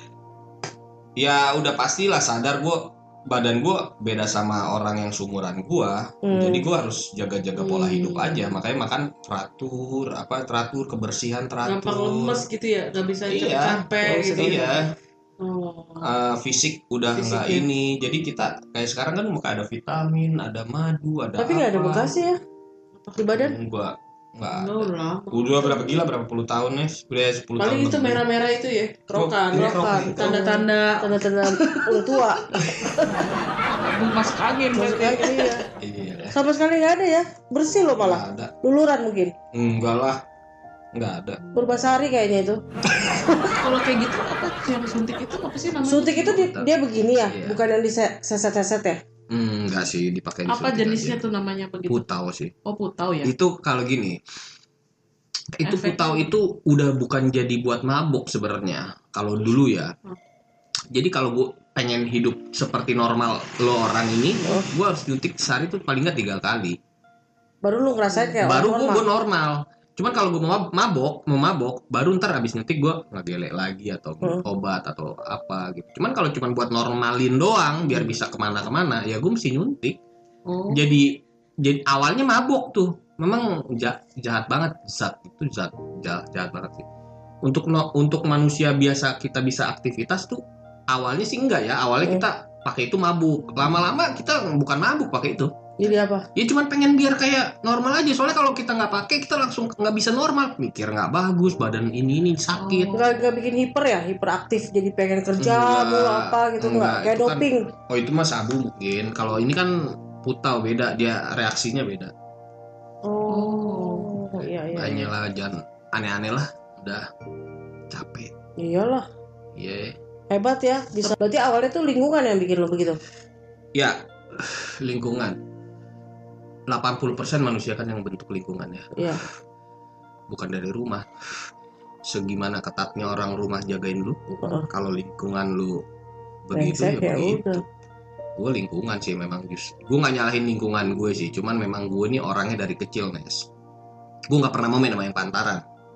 Ya udah pastilah sadar gue badan gue beda sama orang yang seumuran gue, Hmm. jadi gue harus jaga-jaga pola Hmm. hidup aja. Makanya makan teratur, apa teratur, kebersihan teratur. Gampang lemes gitu ya? Gak bisa Iya. capek Oh, gitu Iya, Oh. eh, fisik udah Fisik nggak ya. ini. Jadi kita kayak sekarang kan muka ada vitamin, ada madu, ada Tapi nggak ada apa. bekasnya ya di badan? Enggak, enggak Enggak, ada. udah lama. Udah berapa gila, berapa puluh tahun ya? Udah sepuluh tahun. Paling itu lebih. merah-merah itu ya, kerokan. Iya, Kerokan. kerokan. Tanda-tanda Tanda-tanda orang tua. masuk angin Masuk berarti. angin, iya. Iya. Sama sekali nggak ada ya? Bersih loh malah. Nggak ada. Luluran mungkin. Enggak lah. Enggak ada. Purbasari kayaknya itu. Kalau kayak gitu apa yang suntik itu apa sih namanya? Suntik itu di- dia begini ya, Iya. bukan yang diseset-seset ya. Hmm, enggak sih dipakai Apa disuntik jenisnya aja. tuh namanya begitu? Putau sih. Oh, putau ya. Itu kalau gini. Itu Efeknya putau apa? itu udah bukan jadi buat mabuk sebenarnya. Kalau dulu ya. Hmm. Jadi kalau gue pengen hidup seperti normal lo orang ini, Oh. gue harus nyuntik sehari tuh paling nggak tiga kali. Baru lu ngerasain kayak Baru orang gue normal. gue normal. Cuman kalau gue mau mabok, mau mabok, baru ntar abis nyetik gue ngegelek lagi atau Hmm. obat atau apa gitu. Cuman kalau cuman buat normalin doang, biar bisa kemana-kemana, ya gue mesti nyuntik. Oh. Jadi, jadi awalnya mabok tuh, memang jahat, jahat banget, zat itu zat jahat, jahat banget sih. Untuk no, untuk manusia biasa kita bisa aktivitas tuh, awalnya sih enggak ya, awalnya Hmm. kita pakai itu mabuk, lama-lama kita bukan mabuk pakai itu. Jadi apa? Ya cuman pengen biar kayak normal aja. Soalnya kalau kita nggak pakai kita langsung nggak bisa normal. Mikir nggak bagus, badan ini ini sakit. Oh. Nggak, nggak bikin hiper ya, hiperaktif jadi pengen kerja Enggak, mulu apa gitu nggak? enggak, Kayak itu kan- doping. Oh itu mah sabu mungkin. Kalau ini kan putau beda, dia reaksinya beda. Oh, iya iya. Makanya lah jangan aneh-aneh lah. Udah capek. Iyalah, Iya. hebat ya. Bisa. Berarti awalnya tuh lingkungan yang bikin lo begitu. Ya lingkungan. delapan puluh persen manusia kan yang bentuk lingkungannya. Iya. Bukan dari rumah. Segimana ketatnya orang rumah jagain lu, Heeh. kalau lingkungan lu begitu Brengsek ya ya begitu. udah. Gue lingkungan sih memang just gue nggak nyalahin lingkungan gue sih, cuman memang gue nih orangnya dari kecil Nes, gue nggak pernah mau main sama yang pantaran.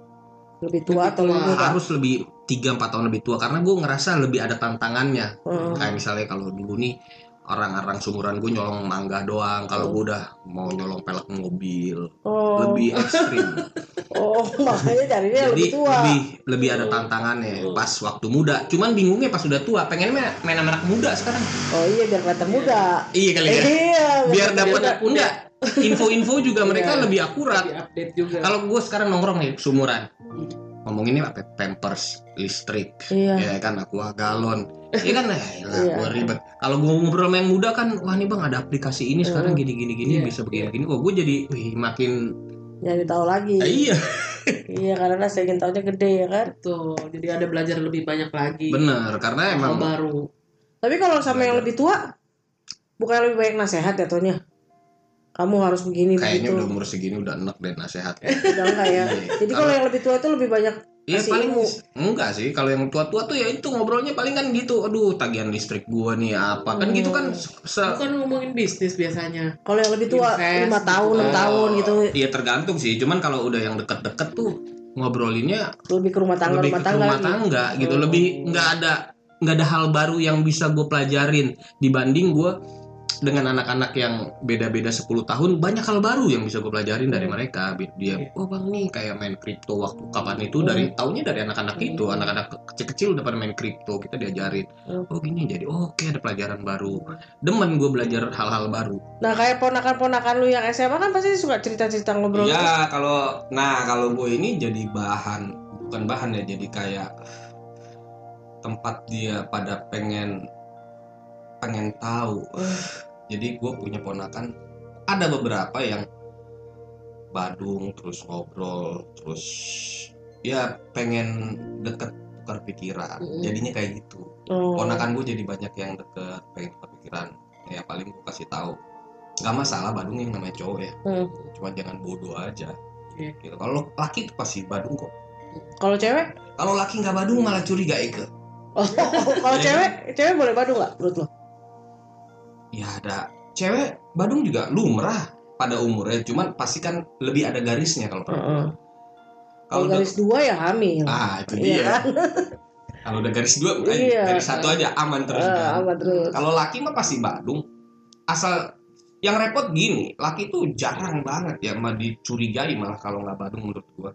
Lebih tua Lebih atau tua. lebih muda? Harus lebih tiga empat tahun lebih tua, karena gue ngerasa lebih ada tantangannya. Heeh. Kayak misalnya kalau dulu nih orang-orang sumuran gue nyolong mangga doang, kalau gue udah mau nyolong pelek mobil Oh, lebih ekstrim. oh makanya carinya yang Jadi lebih tua. lebih lebih ada tantangannya pas waktu muda. Cuman bingungnya pas udah tua, pengen main, main sama anak muda sekarang. Oh iya biar kelihatan muda. Iya kali ya. Iya. Biar dapat dapat enggak info-info juga mereka Iya. lebih akurat. Di update juga. Kalau gue sekarang nongkrong nih sumuran, ngomonginnya apa? Pampers, listrik, Iya. ya kan, aqua galon, ya kan, eh, lah, Iya. gue ribet. Kalau gue ngobrol sama yang muda kan, wah nih bang ada aplikasi ini sekarang Hmm. gini gini gini Iya. bisa begini gini. Kok gue jadi, wih makin, Nyari tahu lagi. eh, iya, Iya karena saya ingin tahunya gede ya kan. Tuh, jadi ada belajar lebih banyak lagi. bener, karena Hal emang baru. Tapi kalau sama yang Belajar. lebih tua, bukan lebih banyak nasihat ya Tonya? Kamu harus begini kayaknya begitu. udah umur segini udah enak deh nasihat. Udah enggak ya? Iya. Jadi kalau yang lebih tua itu lebih banyak Iya kasih paling ilmu. enggak sih, kalau yang tua-tua tuh ya itu ngobrolnya paling kan gitu, aduh tagihan listrik gua nih apa kan gitu kan, se- Bukan ngomongin bisnis biasanya. Kalau yang lebih tua Invest lima tahun, gitu. enam tahun gitu, Iya tergantung sih, cuman kalau udah yang deket-deket tuh ngobrolinnya lebih ke rumah tangga lebih rumah ke tangga rumah lagi. tangga gitu, Oh. lebih nggak ada nggak ada hal baru yang bisa gue pelajarin dibanding gue dengan anak-anak yang beda-beda sepuluh tahun, banyak hal baru yang bisa gue pelajarin dari Hmm. mereka. Dia, Iya. oh bang nih kayak main kripto waktu kapan itu, dari taunya dari anak-anak Hmm. itu, anak-anak kecil-kecil udah pada main kripto, kita diajarin, Hmm. oh gini jadi, oh, oke ada pelajaran baru, demen gue belajar hal-hal baru. Nah kayak ponakan-ponakan lu yang S M A kan pasti suka cerita-cerita ngobrol. gitu. Ya kalau, nah kalau gue ini jadi bahan, bukan bahan ya, jadi kayak tempat dia pada pengen pengen tahu. Jadi gue punya ponakan, ada beberapa yang badung terus ngobrol terus ya pengen deket tukar pikiran, Mm-mm. jadinya kayak gitu. Oh. Ponakan gue jadi banyak yang deket pengen tukar pikiran, ya paling gue kasih tahu nggak masalah badung yang namanya cowok ya, Hmm. cuma jangan bodoh aja. Iya. Gitu. Kalau laki itu pasti badung kok. Kalau cewek? Kalau laki nggak badung malah curiga Eke. Oh, kalau Iya. cewek, cewek boleh badung nggak menurut lo? Ya ada cewek badung juga lumrah pada umurnya, cuman pasti kan lebih ada garisnya kalau perempuan. Heeh. Kalau Kalau udah- garis dua ya hamil. ah itu Iya dia. kan? Kalau udah garis dua, eh, Iya. garis satu aja aman terus Eh, kan. aman terus. Kalau laki mah pasti badung. Asal yang repot gini, laki tuh jarang banget ya mah dicurigai malah kalau nggak badung menurut gua.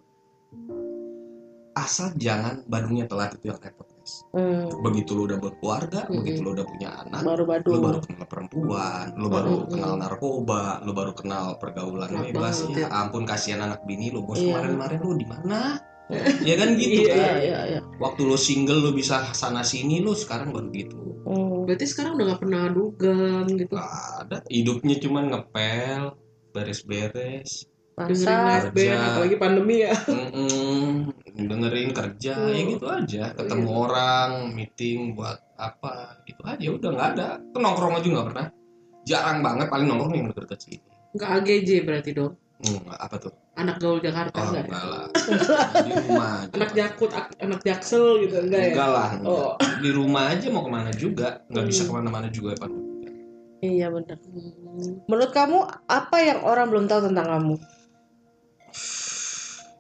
Asal jangan badungnya telat, itu yang repot guys. Hmm, Begitu lu udah berkeluarga, Mm-mm. begitu lu udah punya anak, baru lu badung. baru kenal perempuan, lu baru Mm-mm. kenal narkoba, lu baru kenal pergaulan Berat bebas. banget, Ya ampun kasihan anak bini lu, bos Iya. kemarin-kemarin lu di mana? Ya kan gitu Iya, kan. Iya, iya. Waktu lu single lu bisa sana sini, lu sekarang baru gitu. Hmm. Berarti sekarang udah gak pernah dugem gitu. Gak ada, hidupnya cuman ngepel, beres-beres, Dengerin Masa? live band, Kerja. apalagi pandemi ya. Mm-mm, dengerin kerja, Hmm. ya gitu aja. Ketemu Iya. orang, meeting buat apa, gitu aja. Udah nggak ada. Tuh nongkrong aja nggak pernah. Jarang banget, paling nongkrong yang deket-deket sini. Nggak A G J berarti dong. Hmm, apa tuh? Anak gaul Jakarta Oh, enggak ya? enggak lah. Di rumah aja. Anak Jakut, ak- anak Jaksel gitu enggak ya? Enggak lah. enggak. Oh. Di rumah aja mau kemana juga. Nggak bisa Hmm. kemana-mana juga, Pak. Iya benar. Hmm. Menurut kamu apa yang orang belum tahu tentang kamu?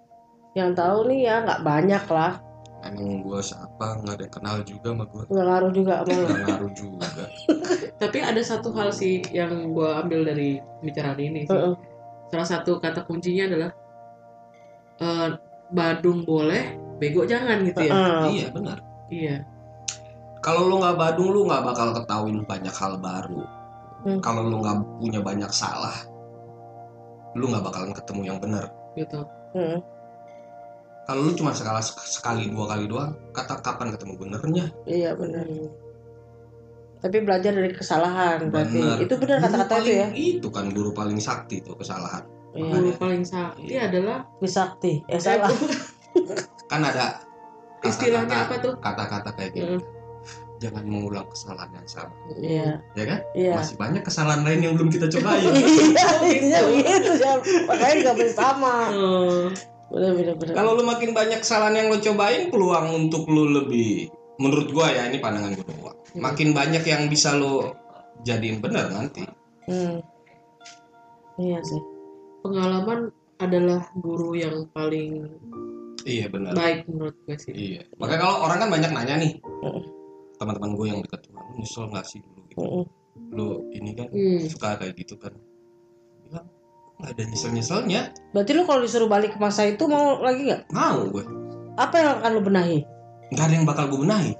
Yang tahu nih ya nggak banyak lah. Emang gue siapa, nggak ada yang kenal juga sama gue. Nggak ngaruh juga sama lo. Nggak ngaruh juga. Tapi ada satu hal sih yang gue ambil dari pembicaraan ini sih. Uh-uh. Salah satu kata kuncinya adalah eh, Badung boleh, bego jangan gitu ya. Uh-uh. Iya benar. Iya. Kalau lu nggak Badung, lu nggak bakal ketahuin banyak hal baru. Hmm. Kalau lu nggak punya banyak salah, lu nggak bakalan ketemu yang benar. Gitu. Hmm. Kalau lu cuma sekali sekali dua kali doang, kata kapan ketemu benernya? Iya benar. Tapi belajar dari kesalahan berarti. Bener. Itu benar Guru kata-kata itu paling- ya. Itu kan guru paling sakti tuh kesalahan. Iya. Guru paling sakti adalah Bisakti. Eh salah. Kan ada istilahnya apa tuh? kata-kata kayak gitu. Heeh. Jangan mengulang kesalahan yang sama, Iya. ya kan? Iya. Masih banyak kesalahan lain yang belum kita cobain. Iya, intinya begitu ya. Makanya nggak bersama. Oh, Bener bener bener. Kalau lu makin banyak kesalahan yang lu cobain, peluang untuk lu lebih, menurut gua ya, ini pandangan gua doang. Makin banyak yang bisa lu jadiin benar nanti. Hmm. Iya sih. pengalaman adalah guru yang paling Iya benar. baik menurut gue sih. Iya. Makanya kalau orang kan banyak nanya nih, Heeh. teman-teman gue yang dekat, lu nyesel nggak sih dulu gitu? Heeh. Lu ini kan Hmm. suka kayak gitu kan? Bilang nggak ada nyesel-nyeselnya. Berarti lu kalau disuruh balik ke masa itu mau lagi nggak? Mau gue. Apa yang akan lu benahi? Nggak ada yang bakal gue benahi.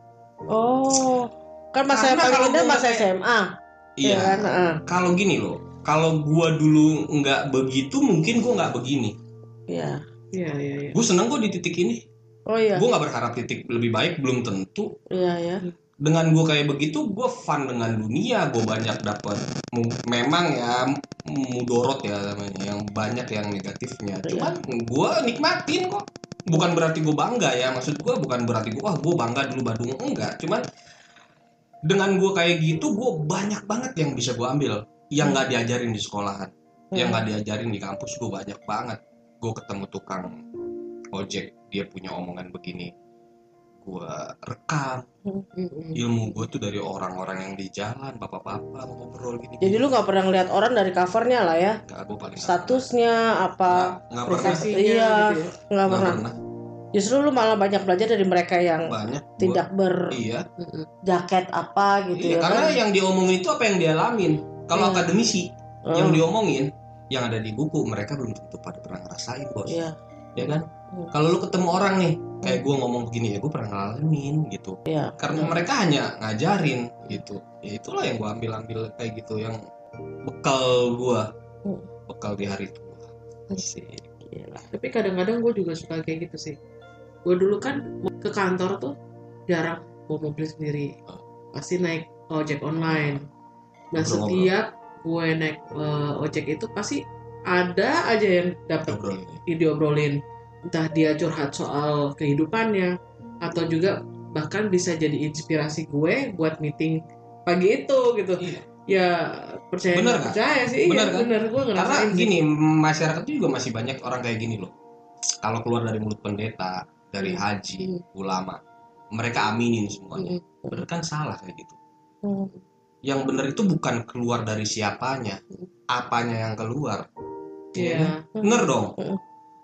Oh, kan masa yang Karena paling kalau indah gua masa kayak- S M A. Iya. kan? Heeh. Kalau gini loh, kalau gue dulu nggak begitu, mungkin gue nggak begini. Iya. Iya, iya, iya. Gue seneng kok di titik ini. Oh iya. Gue nggak berharap titik lebih baik, belum tentu. Iya ya. Dengan gue kayak begitu, gue fun dengan dunia, gue banyak dapat. Memang ya mudorot ya namanya, yang banyak yang negatifnya. Cuman gue nikmatin kok. Bukan berarti gue bangga ya, maksud gue bukan berarti gue wah gue bangga dulu Badung, enggak. Cuman dengan gue kayak gitu, gue banyak banget yang bisa gue ambil, yang nggak diajarin di sekolahan, yang nggak diajarin di kampus. Gue banyak banget. Gue ketemu tukang ojek, dia punya omongan begini, gue rekam. Mm-mm. Ilmu gue tuh dari orang-orang yang di jalan, bapak-bapak ngobrol gini. Jadi lu nggak pernah ngeliat orang dari covernya lah ya, Nggak, gue paling nggak statusnya apa, pernah. Nggak pernah. Profesinya iya, gitu ya. nggak Nggak pernah. pernah. Justru lu malah banyak belajar dari mereka yang Banyak. Gua- tidak Iya. berjaket apa gitu Iya, ya karena kan? yang diomongin itu apa yang dialamin. Kalau Iya. akademisi Oh, yang diomongin, yang ada di buku, mereka belum tentu pada pernah ngerasain, bos. Iya. Ya kan? Hmm. Kalau lu ketemu orang nih, kayak gue ngomong begini, ya gue pernah ngalamin gitu. Iya. Karena mereka hanya ngajarin gitu. Ya itulah yang gue ambil-ambil kayak gitu, yang bekal gue, Hmm. bekal di hari tua. Asik. Gila. Tapi kadang-kadang gue juga suka kayak gitu sih. Gue dulu kan ke kantor tuh jarang bawa mobil sendiri, pasti naik ojek online. Nah Ngobrol-ngobrol. setiap gue naik eh, ojek itu pasti ada aja yang dapat Ngobrol ini. diobrolin, entah dia curhat soal kehidupannya atau juga bahkan bisa jadi inspirasi gue buat meeting pagi itu gitu. Iya. Ya percaya Bener nggak kan? percaya sih, Bener iya kan? bener gue Karena ngerasain sih. gini, masyarakat juga masih banyak orang kayak gini loh. Kalau keluar dari mulut pendeta, dari haji, ulama, mereka aminin semuanya. Mm-mm. Bener kan salah kayak gitu. Hmm. Yang bener itu bukan keluar dari siapanya, apanya yang keluar. Iya. Bener dong. Mm.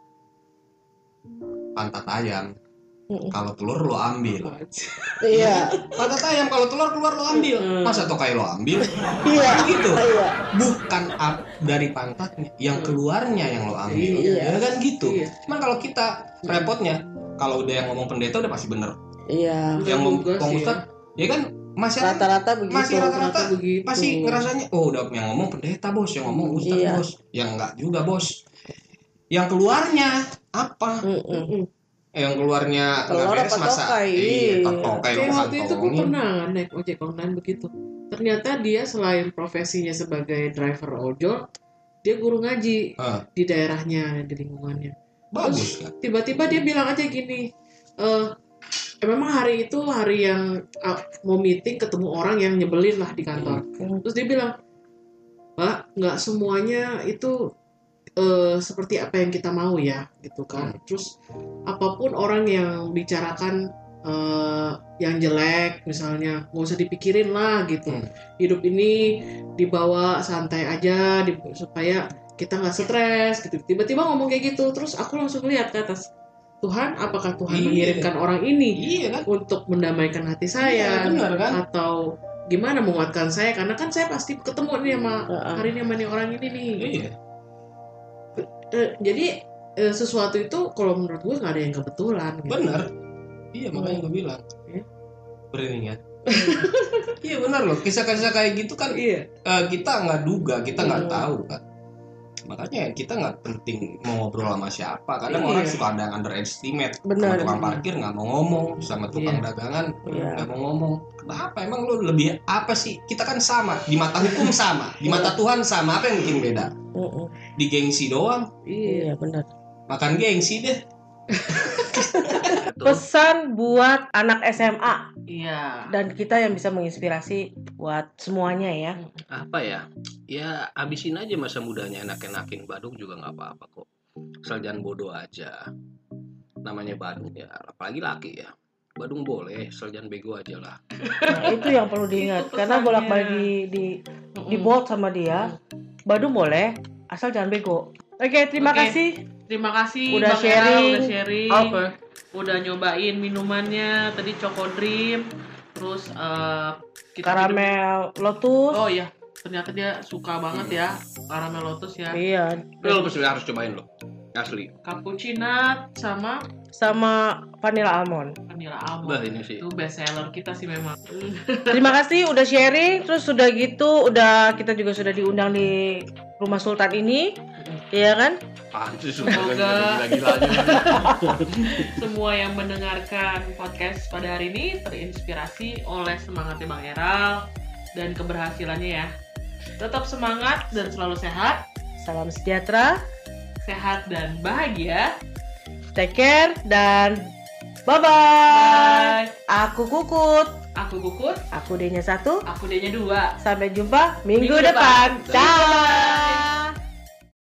Pantat ayam, Mm. kalau telur lo ambil. Iya. Pantat ayam kalau telur keluar lo ambil. Mm. Masa tokai lo ambil? Iya. Gitu. Iya. Bukan up dari pantatnya, yang keluarnya yang lo ambil. Iya. Ya kan gitu. Iya. Cuman kalau kita repotnya, kalau udah yang ngomong pendeta udah pasti bener. Iya. Yang ngomong Juga Bang sih, Ustadz, ya kan masyarakat Rata-rata begitu. masih rata-rata Rata begitu. pasti ngerasanya, oh udah yang ngomong pendeta bos, yang ngomong ustadz Iya. bos, yang enggak juga bos. Yang keluarnya apa? Mm-mm. Mm-mm. Eh, yang keluarnya Telur nggak beres apa masa? tokai? Iya, tokai Kayak lo waktu itu gue kantongin. pernah naik ojek online begitu. Ternyata dia selain profesinya sebagai driver ojol, dia guru ngaji Ah, di daerahnya, di lingkungannya. bagus kan? Tiba-tiba dia bilang aja gini, eh eh, memang hari itu hari yang ah, mau meeting ketemu orang yang nyebelin lah di kantor. Hmm. Terus dia bilang, Pak, nggak semuanya itu eh, seperti apa yang kita mau ya, gitu kan. Terus apapun orang yang bicarakan eh, yang jelek, misalnya nggak usah dipikirin lah gitu. Hmm. Hidup ini dibawa santai aja, di- supaya kita nggak stres gitu. Tiba-tiba ngomong kayak gitu, terus aku langsung lihat ke atas, Tuhan, apakah Tuhan Iya. mengirimkan orang ini Iya kan? untuk mendamaikan hati saya, Iya, benar kan? atau gimana menguatkan saya, karena kan saya pasti ketemu nih sama Heeh. hari ini sama nih orang ini nih. Iya. Eh, jadi eh, sesuatu itu kalau menurut gue nggak ada yang kebetulan. Gitu. Bener. Iya makanya gue bilang. Iya. Beringat. Iya benar loh. Kisah-kisah kayak gitu kan Iya. eh, kita nggak duga, kita nggak Hmm. tahu kan. Makanya kita nggak penting mau ngobrol sama siapa. Kadang Iya. orang suka ada yang underestimate. Benar. Sama tukang parkir nggak mau ngomong, sama tukang Iya. dagangan Iya. nggak mau ngomong. Kenapa? Emang lu lebih apa sih? Kita kan sama. Di mata hukum sama, di mata Tuhan sama. Apa yang bikin beda? Mm-mm. Di gengsi doang. Iya. Iya benar. Makan gengsi deh. Pesan buat anak S M A Iya. dan kita yang bisa menginspirasi buat semuanya ya. Apa ya? Ya habisin aja masa mudanya, enak-enakin. Badung juga nggak apa-apa kok. Asal jangan bodoh aja. Namanya Badung ya, apalagi laki ya. Badung boleh, asal jangan bego aja lah. Nah, itu yang perlu diingat Itu karena pesannya. bolak-balik di di di bold sama dia. Badung boleh, asal jangan bego. Oke, terima Oke. kasih. Terima kasih Udah Bang sharing. Era, udah sharing. Oke. Udah nyobain minumannya, tadi Choco Dream, terus eh, kita minum- Karamel Lotus. Oh iya, ternyata dia suka banget ya karamel lotus ya. Iya. Lo harus harus cobain lo. Asli. Cappuccino sama Sama vanilla almond. vanilla Bah almond. ini sih. Itu best seller kita sih memang. Terima kasih udah sharing. Terus sudah gitu, udah kita juga sudah diundang di Rumah Sultan ini, iya kan? Pantes Semoga- gila-gilanya. Semua yang mendengarkan podcast pada hari ini terinspirasi oleh semangatnya Bang Eral dan keberhasilannya ya. Tetap semangat dan selalu sehat, Salam sejahtera, sehat dan bahagia. take care dan bye bye. Bye. Aku Kukut, Aku Kukut, aku D-nya satu. aku D-nya dua. Sampai jumpa minggu, Minggu depan. depan. Ciao.